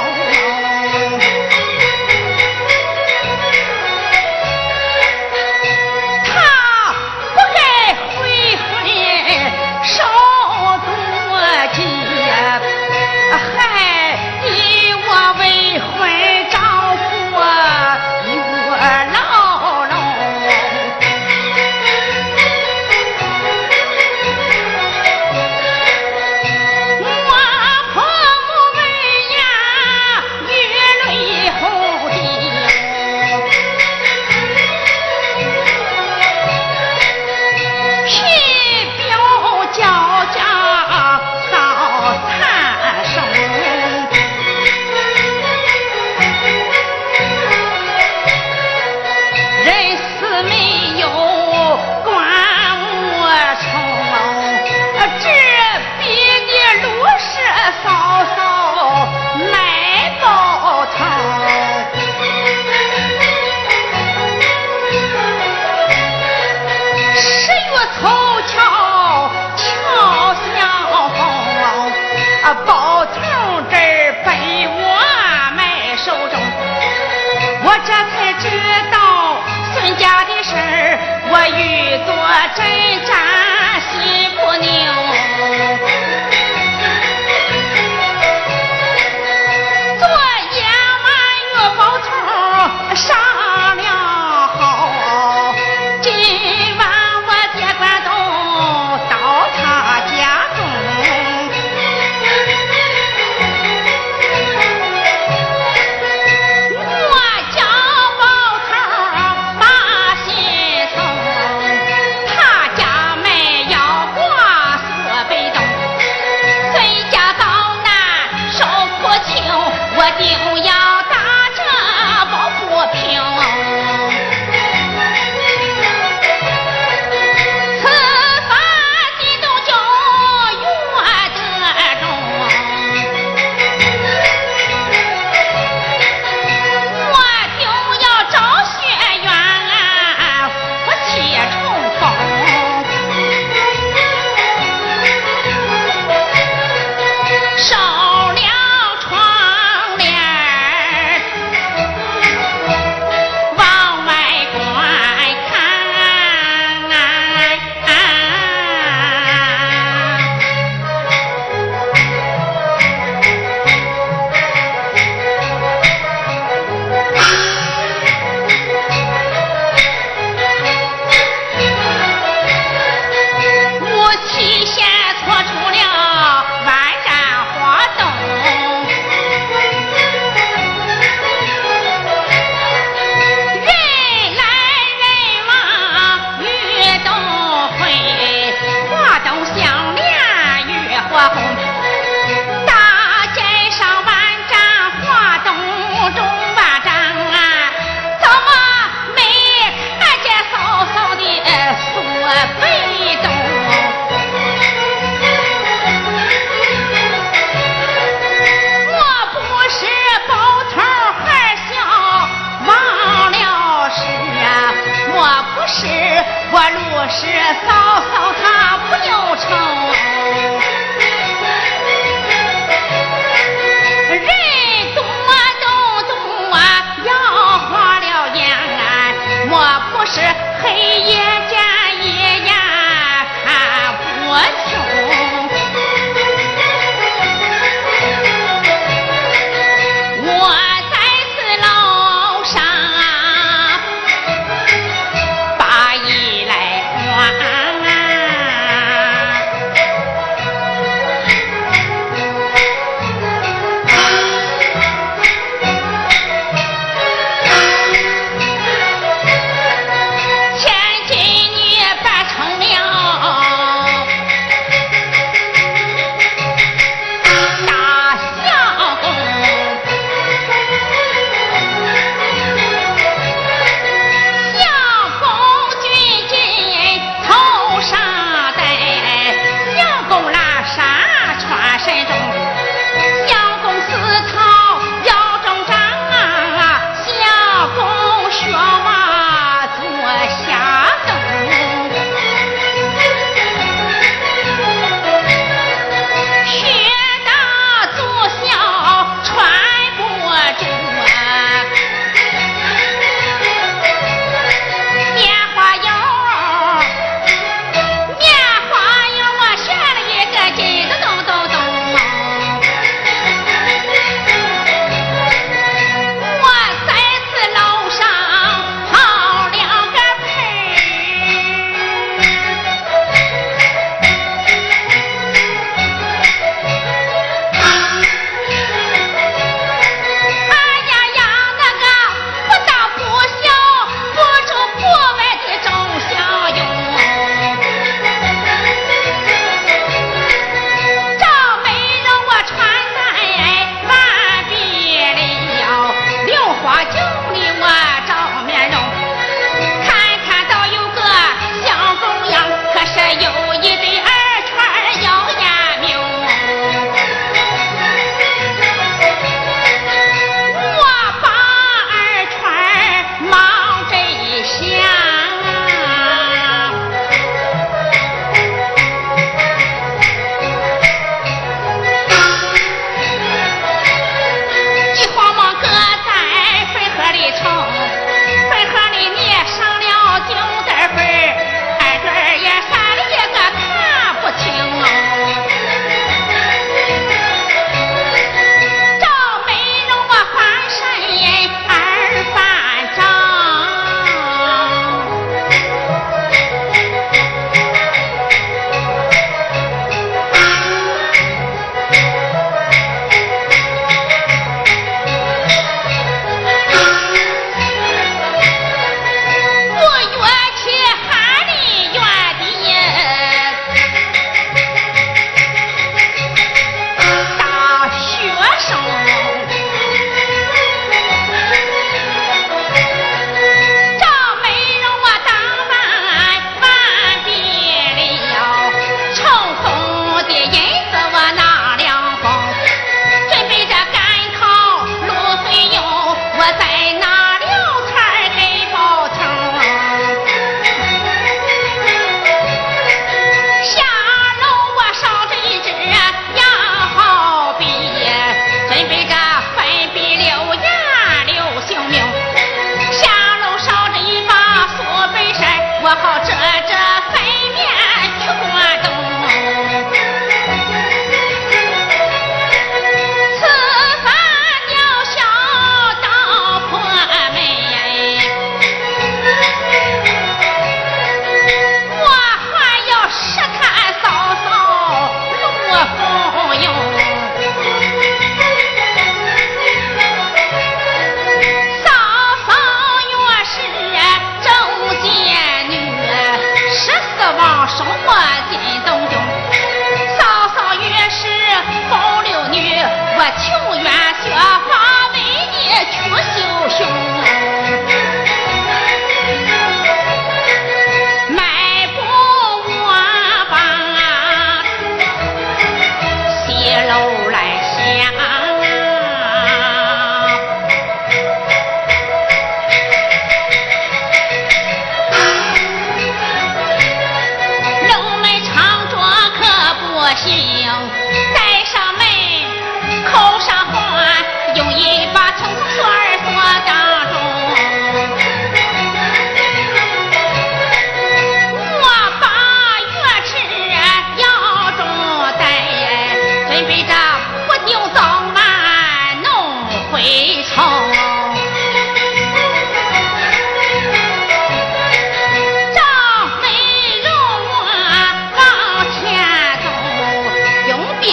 他不该回婚受多劫，还以我为婚丈夫月牢笼。我婆母闻呀雨泪后滴，皮表交加遭惨生。人死没有棺木丑，这比你路是嫂嫂卖包头。十月凑巧巧相逢，包头这儿被我卖手中，我这才知道孙家的事儿，我欲做针扎心不宁。昨夜晚与包头商量好，今晚我接关东到他家中。我叫包头把信送，他家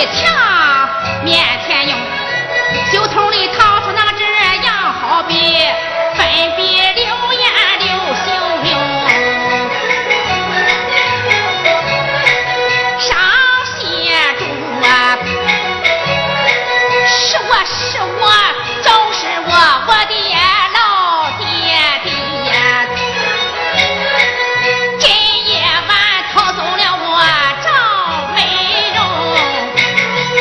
墙面前用，酒桶里掏出那只羊好比分别流言流行名，上写住啊，是我是我就是我我的老爹爹，今夜晚逃走了我赵美容，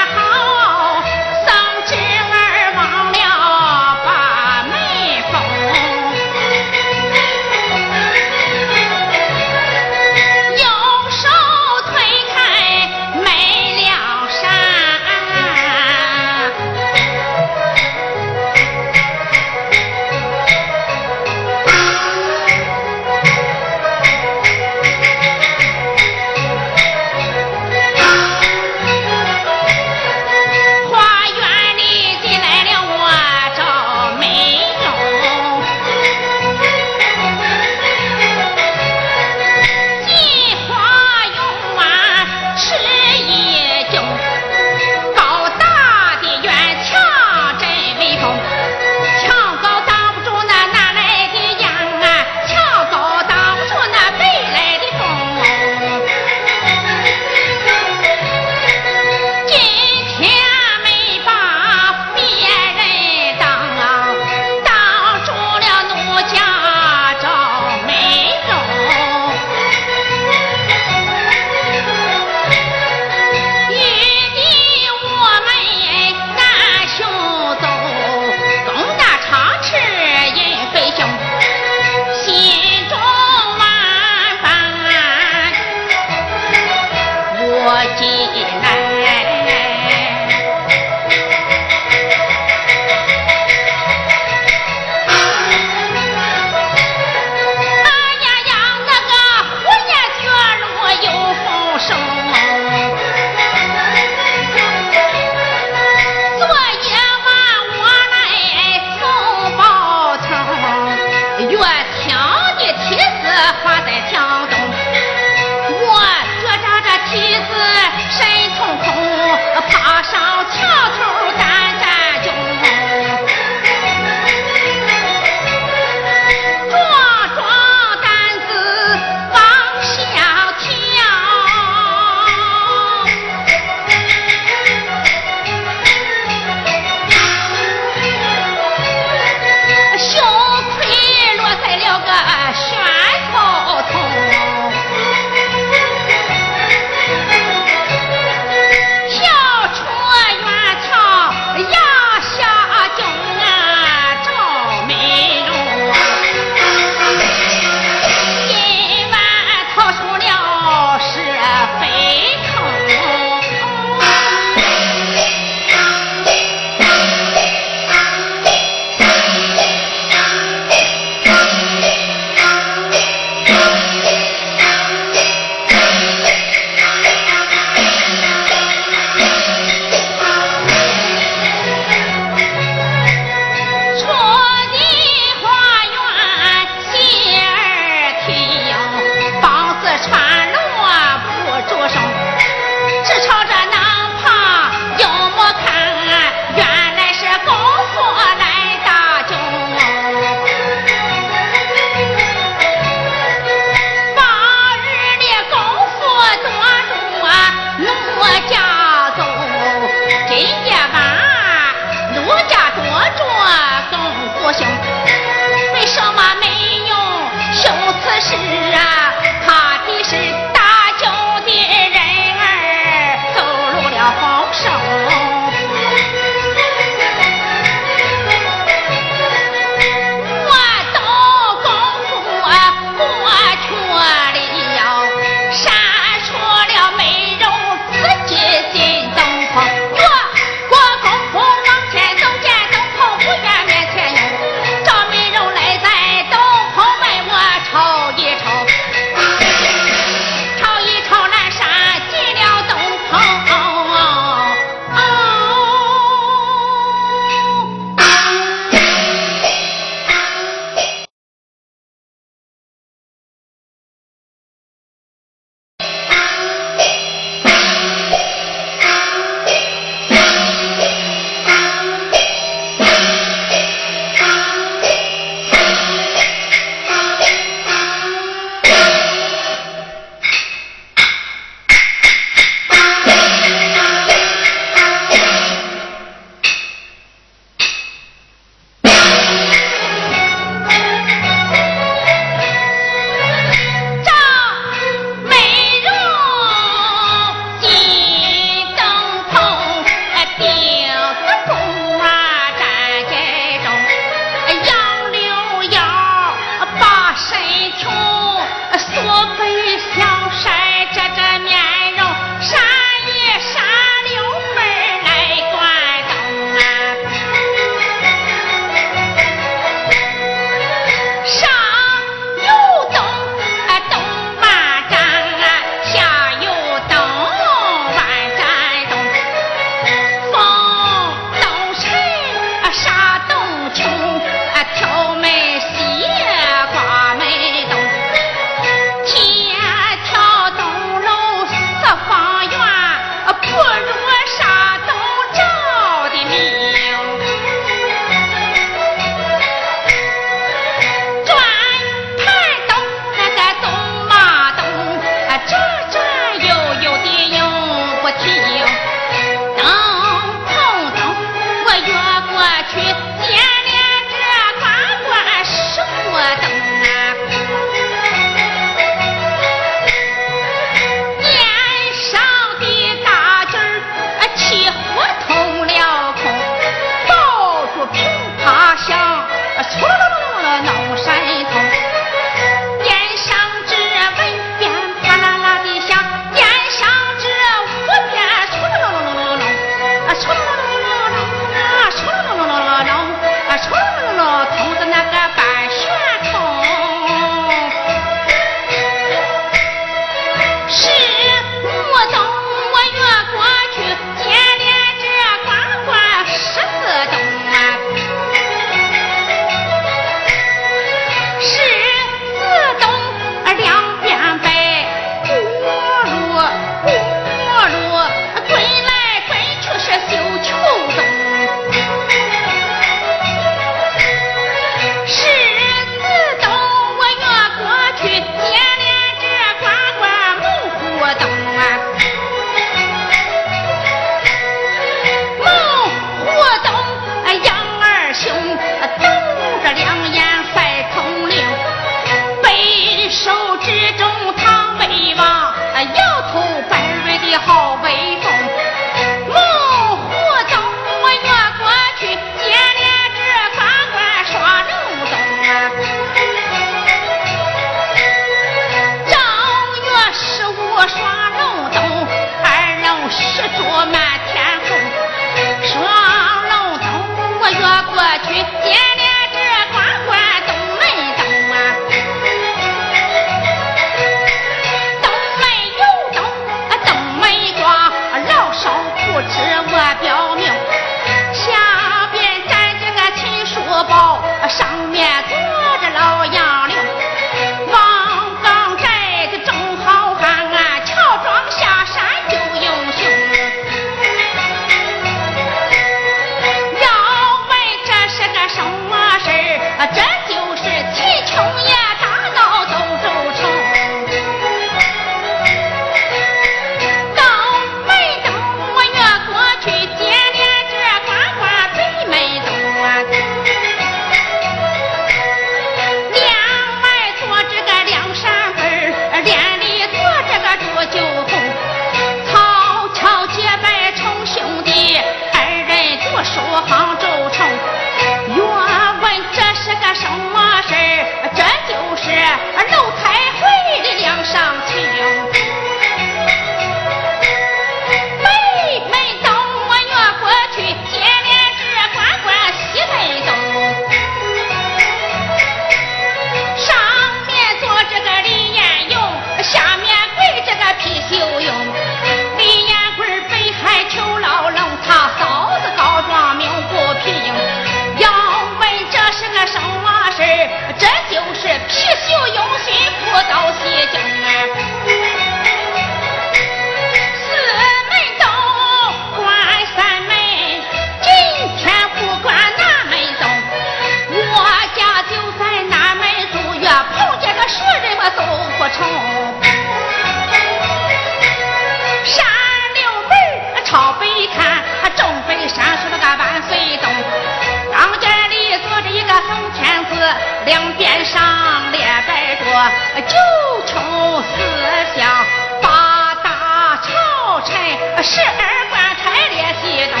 两边上列摆着九重四象，八大朝臣，十二官差列系东，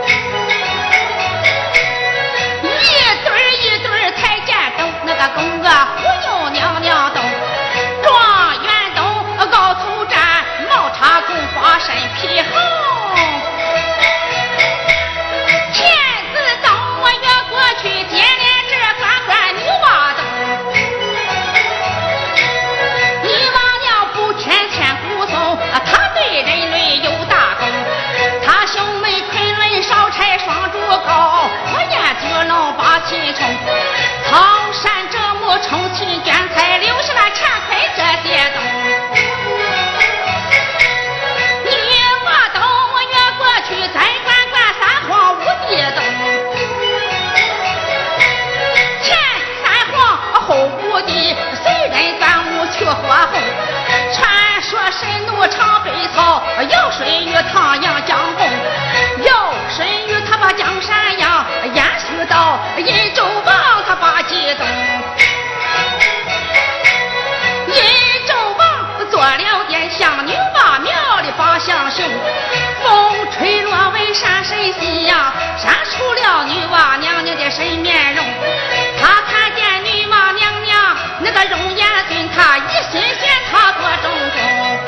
一对一对太监东，那个宫啊忽悠娘娘东，状元东高头站，毛插弓花身披红。去接连这关关女娃东，女娃娘不天天护送，她对人类有大功。她兄妹昆仑少差双竹高，火焰巨龙把气冲。唐山这木冲秦捐财，留下了钱财这些东。女娃东我越过去，再关关三皇五帝东。后无敌，谁人端午去火候？传说神奴尝北草，有水与唐阳江公，有水与他把江山扬，延续到殷周王他把激动。殷周王做了殿向女娲庙里把相雄，风吹落为山神夕阳，闪出了女娲娘娘的神面容。他看见女娲娘娘那个容颜俊，他一心嫌他多种种。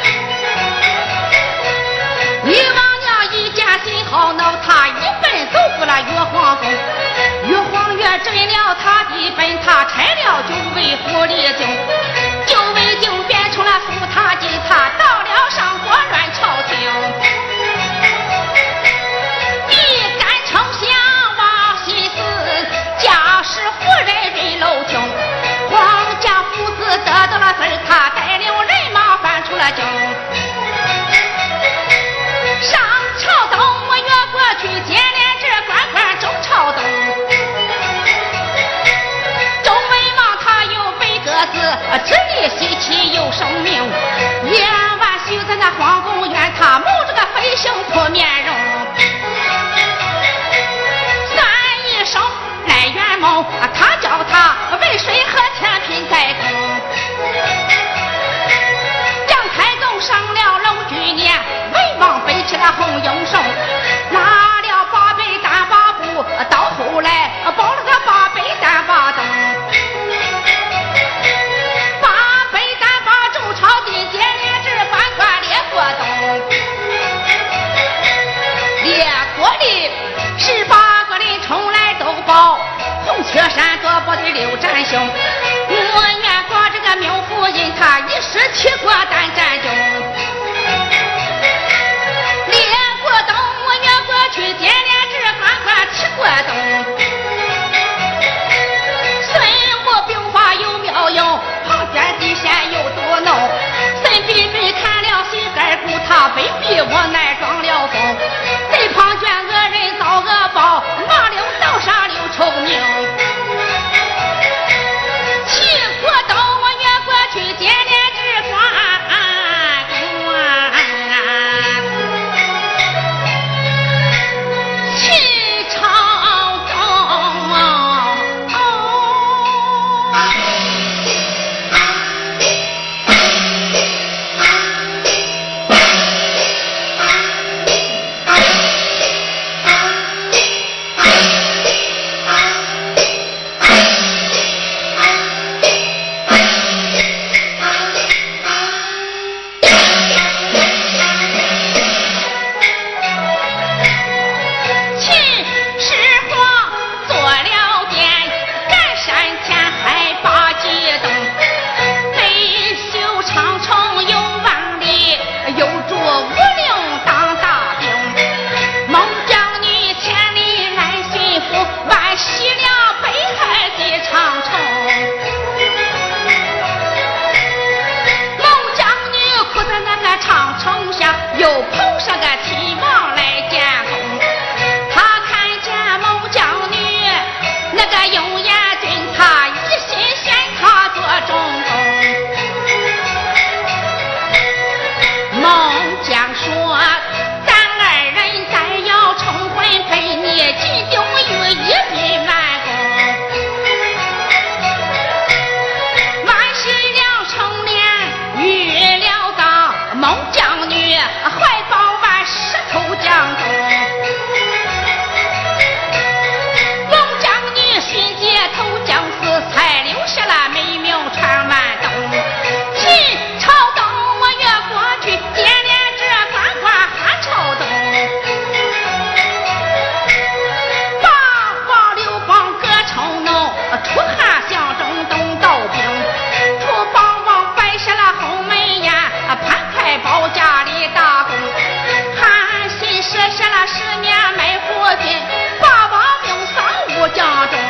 女娲娘一见心好恼，他一奔走赴了玉皇宫。玉皇岳准了他的本，他拆了九位狐狸精，九位精变成了苏塔金，他到了上国乱朝廷。你敢丞相王心思，家是夫人瑞楼厅，皇家父子得到了分，他带领人马翻出了京。上朝东我越过去，接连这关关周朝东。周文王他有本个子，直立西气有生命。夜晚宿在那皇宫院，他蒙着个飞行破面容。算一声来圆梦，他叫他为水和天平在宫。杨太宗上了楼居年，文王背起了红缨绳，拉了八百单把布，到后来包了个八百单把灯。八百单把周朝的接连至关关列过东，列过的十八个人冲来都报，红雀山多宝的刘占雄，我愿过这个名夫人，他一时起过单战中。列过东我越过去，接连至关关起过东。孙武兵法有妙用，旁边地线有多弄。孙膑膑看了心肝骨，他被逼无奈装了疯。贼旁卷恶人遭恶报，马领刀杀刘臭名。齐国东我越过去，接连至关齐朝东。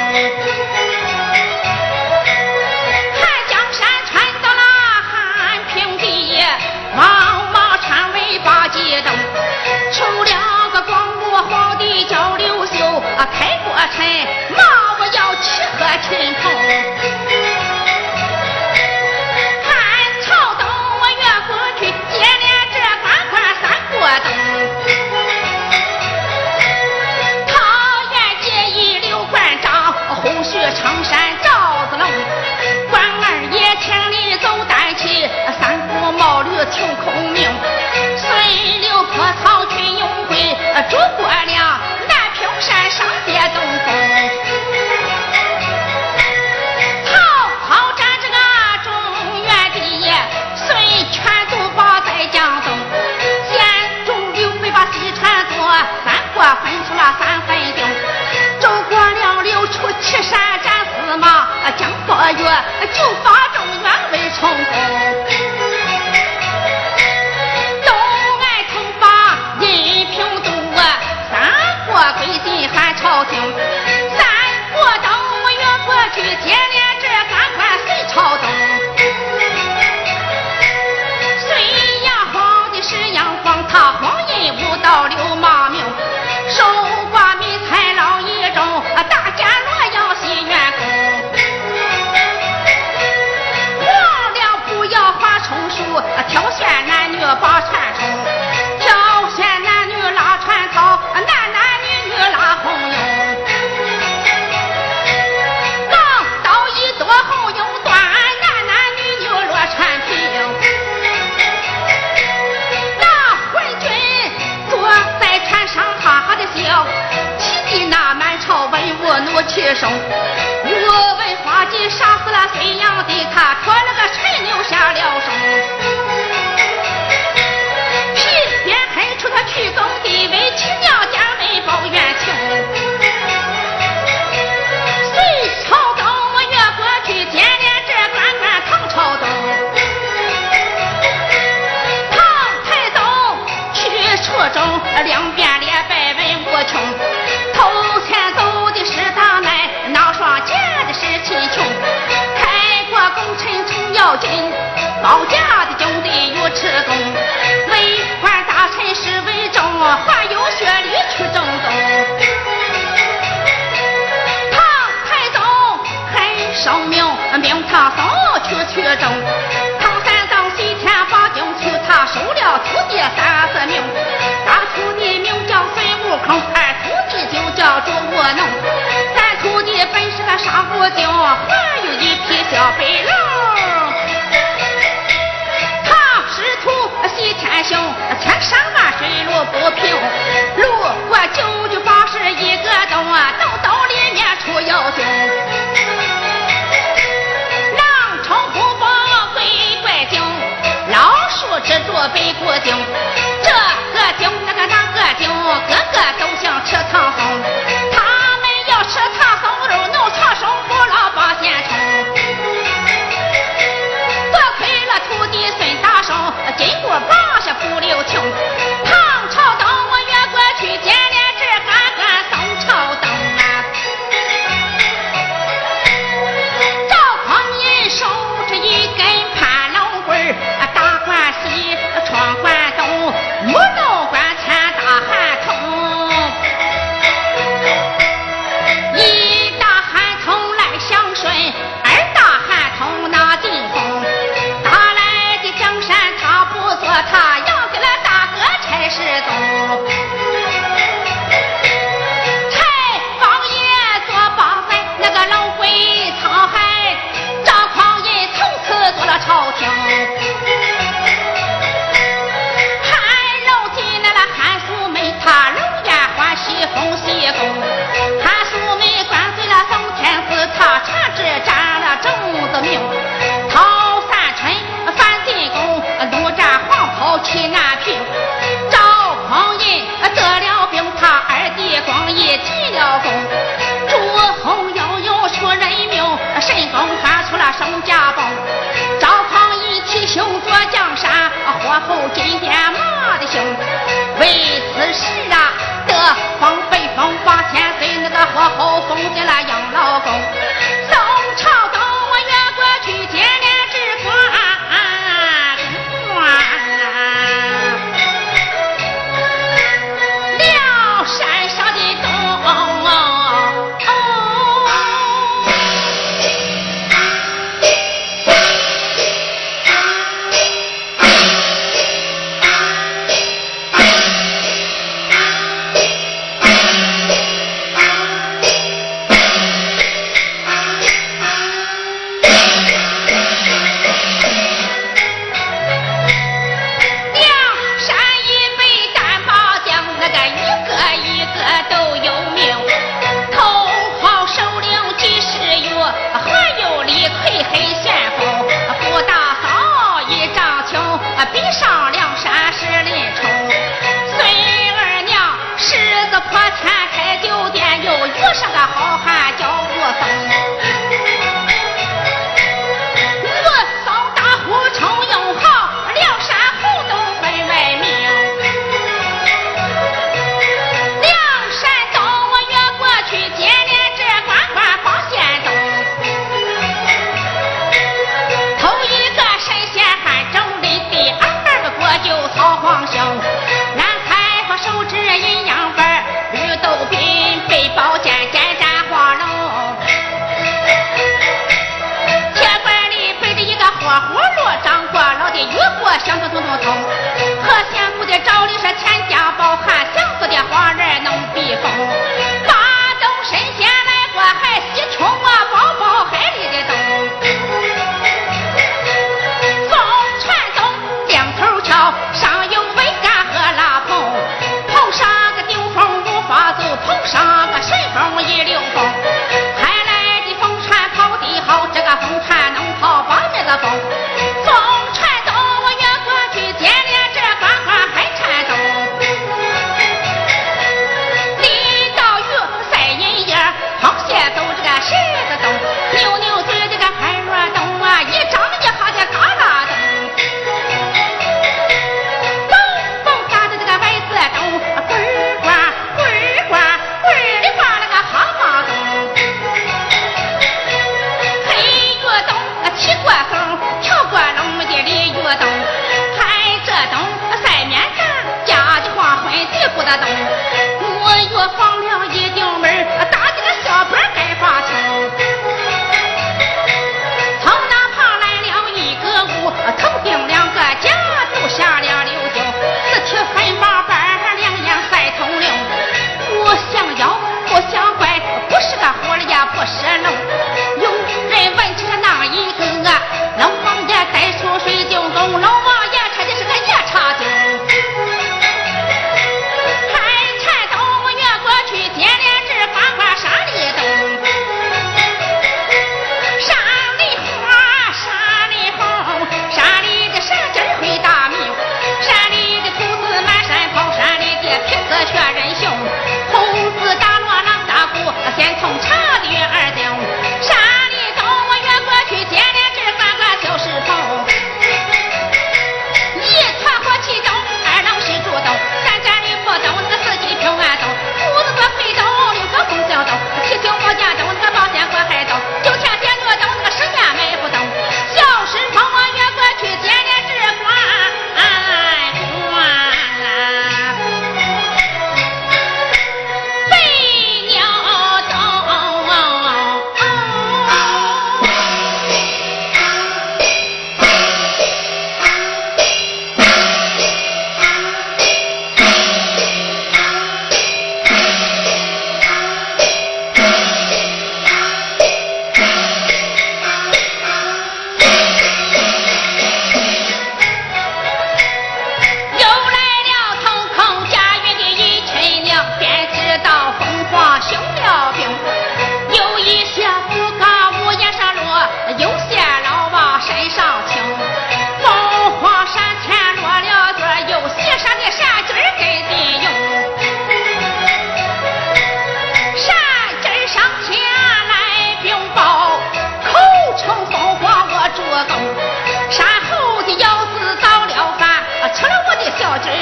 后封进了养老宫。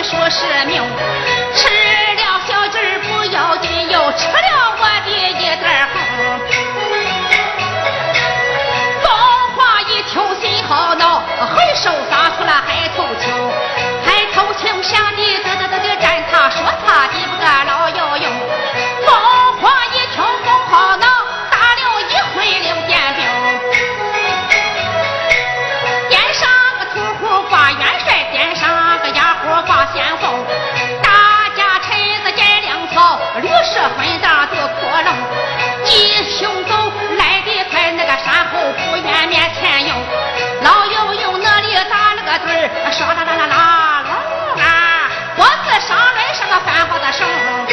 说是命，吃了小鸡儿不要紧，又吃了我的一袋红。凤凰一听心好恼，回手撒出了海头球，海头球响的嘚嘚嘚的战他说他的不个老要用。凤凰一听风好恼，打了一回六点兵，点上个屠户挂元帅，点上个压火挂先锋，大家臣子颜良草，吕氏混账的扩龙，吉凶走来得快，那个山后不远面前用，老有用那里打那个盹儿，唰啦啦啦啦啦啦，脖子上来上个繁华的声，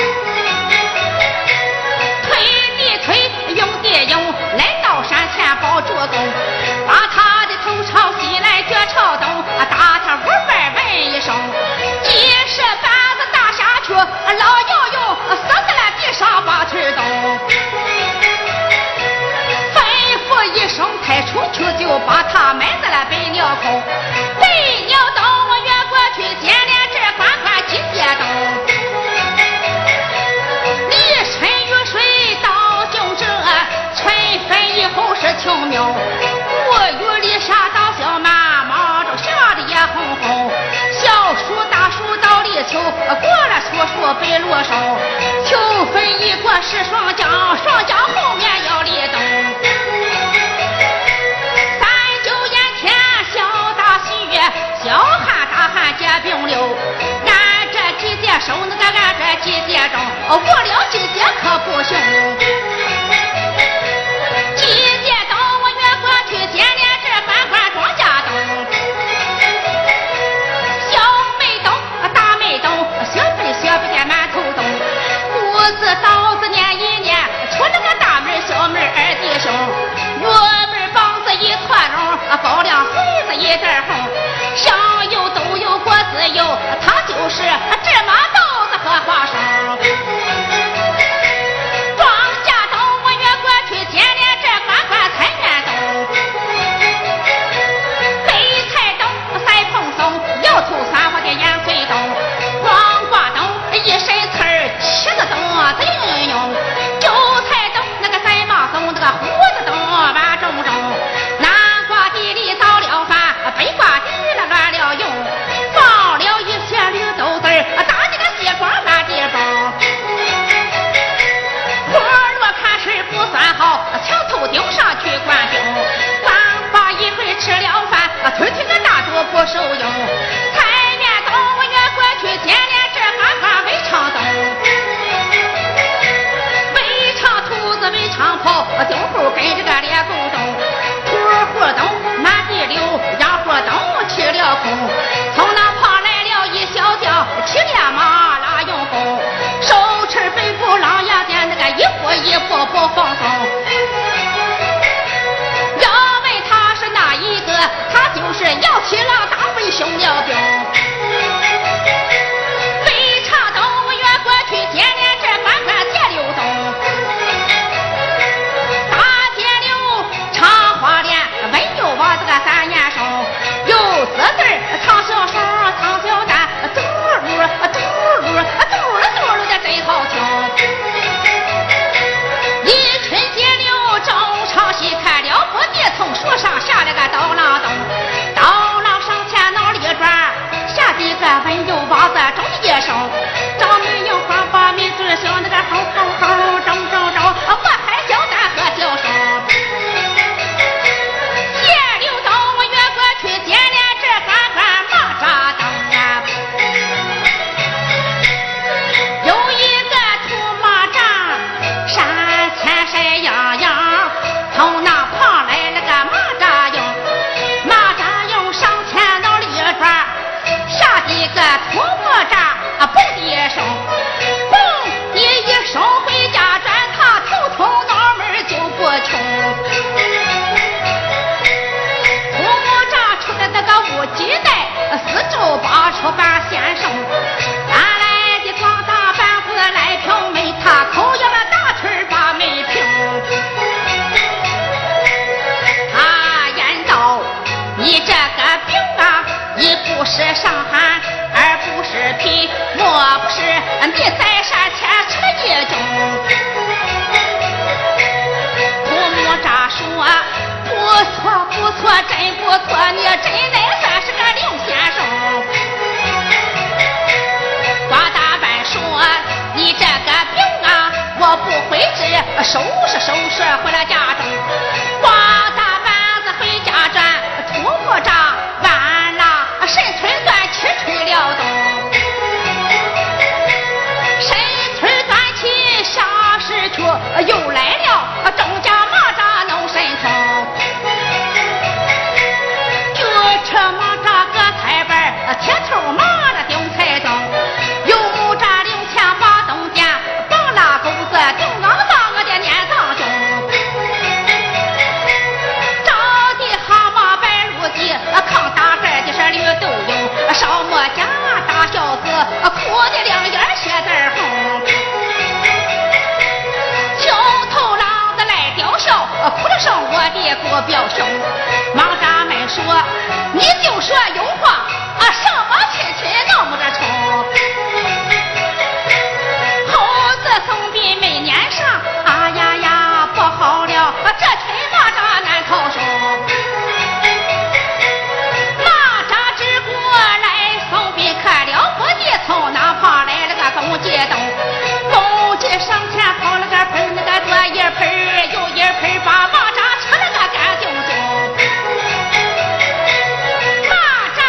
推的推，用的用，来到山前抱住弓，把他的头朝西来，脚朝东，打他五百问一声，几十板子打下去，老要用死在了地上把腿动，吩咐一声抬出去，就把他埋在了北鸟空。北鸟东我越过去，见了这关关几街东，离春雨水到九折，春分以后是秋苗，我雨里下大小马，忙着下的也红红，小树大树到立秋，过了树树北落手，秋分一过是霜降，霜降后面要立冬，三九眼前小大喜，小旱大旱结冰流，俺这季节收那个俺这季节中，过了季节可不行，季节到我越过去，见了这关关庄稼东，小梅东大梅东，小北小北的满头东，谷子稻子年一年，出了个大门小门二弟兄，月门棒子一团龙，高粱穗子一袋红，上有豆有果子有，它就是芝麻豆子和花生。庄稼东我越过去，见了这关关菜园东，北菜东赛蓬松，摇头散花的盐水东，黄瓜东一身刺儿，茄子东子用用，韭菜东那个赛马松，那个胡子东万种种，南瓜地里倒了饭，北瓜地了乱了用，放了一些绿豆子儿，打这个西瓜满地包，活路看事不算好，墙头顶上去管兵，官话一会吃了饭，推推个大肚不受用，菜园东我越过去，见了这官官围场东，围场兔子围场跑，丁户跟这个猎狗东，兔户东满地溜，羊户东去了空，从那旁来了一小将，骑着马拉用弓，手持北部狼牙剑，那个一步一步不放松，要问他是哪一个，他就是摇起了大威凶了兵，北长东我越过去，见了这关关街溜东，大街溜长花脸，文又往这个三眼生，有字字藏小手藏小蛋，嘟噜嘟噜嘟噜嘟噜的真好听，一春节溜中场戏，看了不地从树上下来个刀郎东，刀郎上前脑里转，下地个文又往子中一声，张明用花把名字像那个吼吼吼中中中，我喊小蛋和小声，街溜东我越过去，见了这关关马扎灯啊，有一个土马扎山前山洋洋，从那旁来了个马扎用，马扎用上前脑里转，下地个土马扎啊嘣的一声，嘣的一声回家转，他头头脑门就不穷，土马扎出的那个乌鸡带，四周八处半先生，赶来的广大板子来平没，他口要了大腿把没平， 收拾收拾回了家中，光大板子回家转，土木渣完了，神村断气吹了动，神村断气下时去，又来了钟家马扎弄神通，就这马扎个菜板，铁头马的顶菜中，有木扎零钱把东店，绑拉钩子顶昂当我的年当中，着的蛤蟆白露地，炕大盖的是绿豆油，烧馍家大小子，哭的两眼血字红，挑头狼子来吊笑，哭了声我的姑表兄，忙咱们说，你就说有话啊，什么亲戚那么着冲，猴子送笔没撵上，啊呀呀不好了，这群蚂蚱难逃生，蚂蚱只过来送笔，看了不的从哪旁来了个公鸡洞，公鸡上前跑了个盆，那个左一盆右一盆，把蚂蚱吃了个干净净，蚂蚱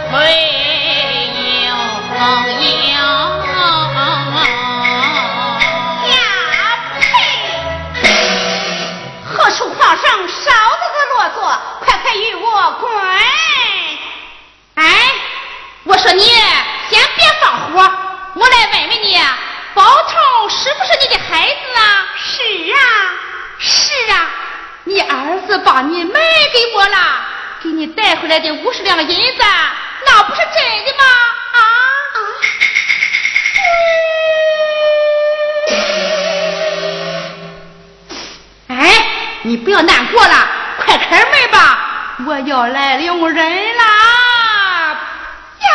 把你卖给我了，给你带回来的五十两银子，那不是真的吗？啊啊！哎，你不要难过了，快开门吧，我要来领人啦！呀！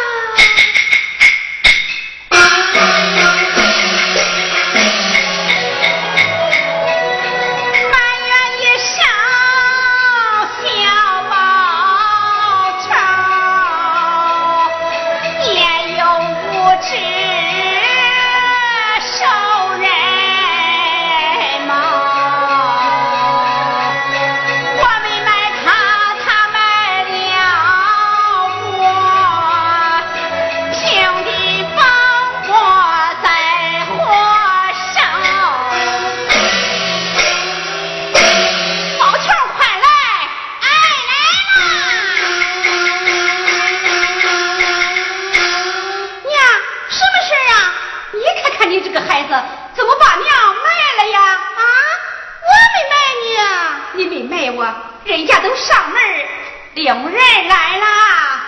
人家都上门领人来啦！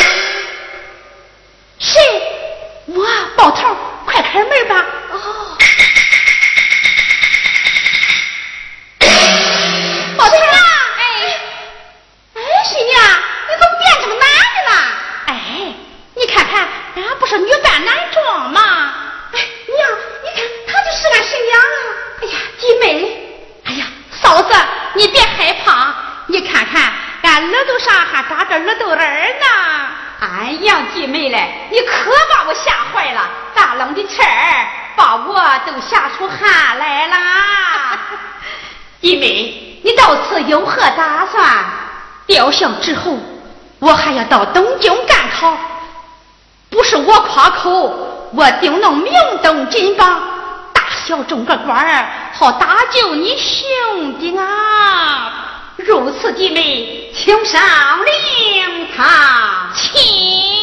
谁？我宝头，快开门吧！哦，宝头啊！哎，哎，新娘，你怎么变成男的了？哎，你看看，俺不是女扮男装吗？哎，娘，你看，她就是俺新娘啊！哎呀，姐妹，哎呀，嫂子，你别害怕。你看看，俺耳朵上还打着耳朵儿呢。哎呀，姐妹嘞，你可把我吓坏了！大冷的天儿，把我都吓出汗来啦。姐妹，你到此有何打算？雕像之后，我还要到东京赶考。不是我夸口，我定能明灯金榜，大小中个官儿，好搭救你兄弟啊！如此姐妹，请上灵堂，请。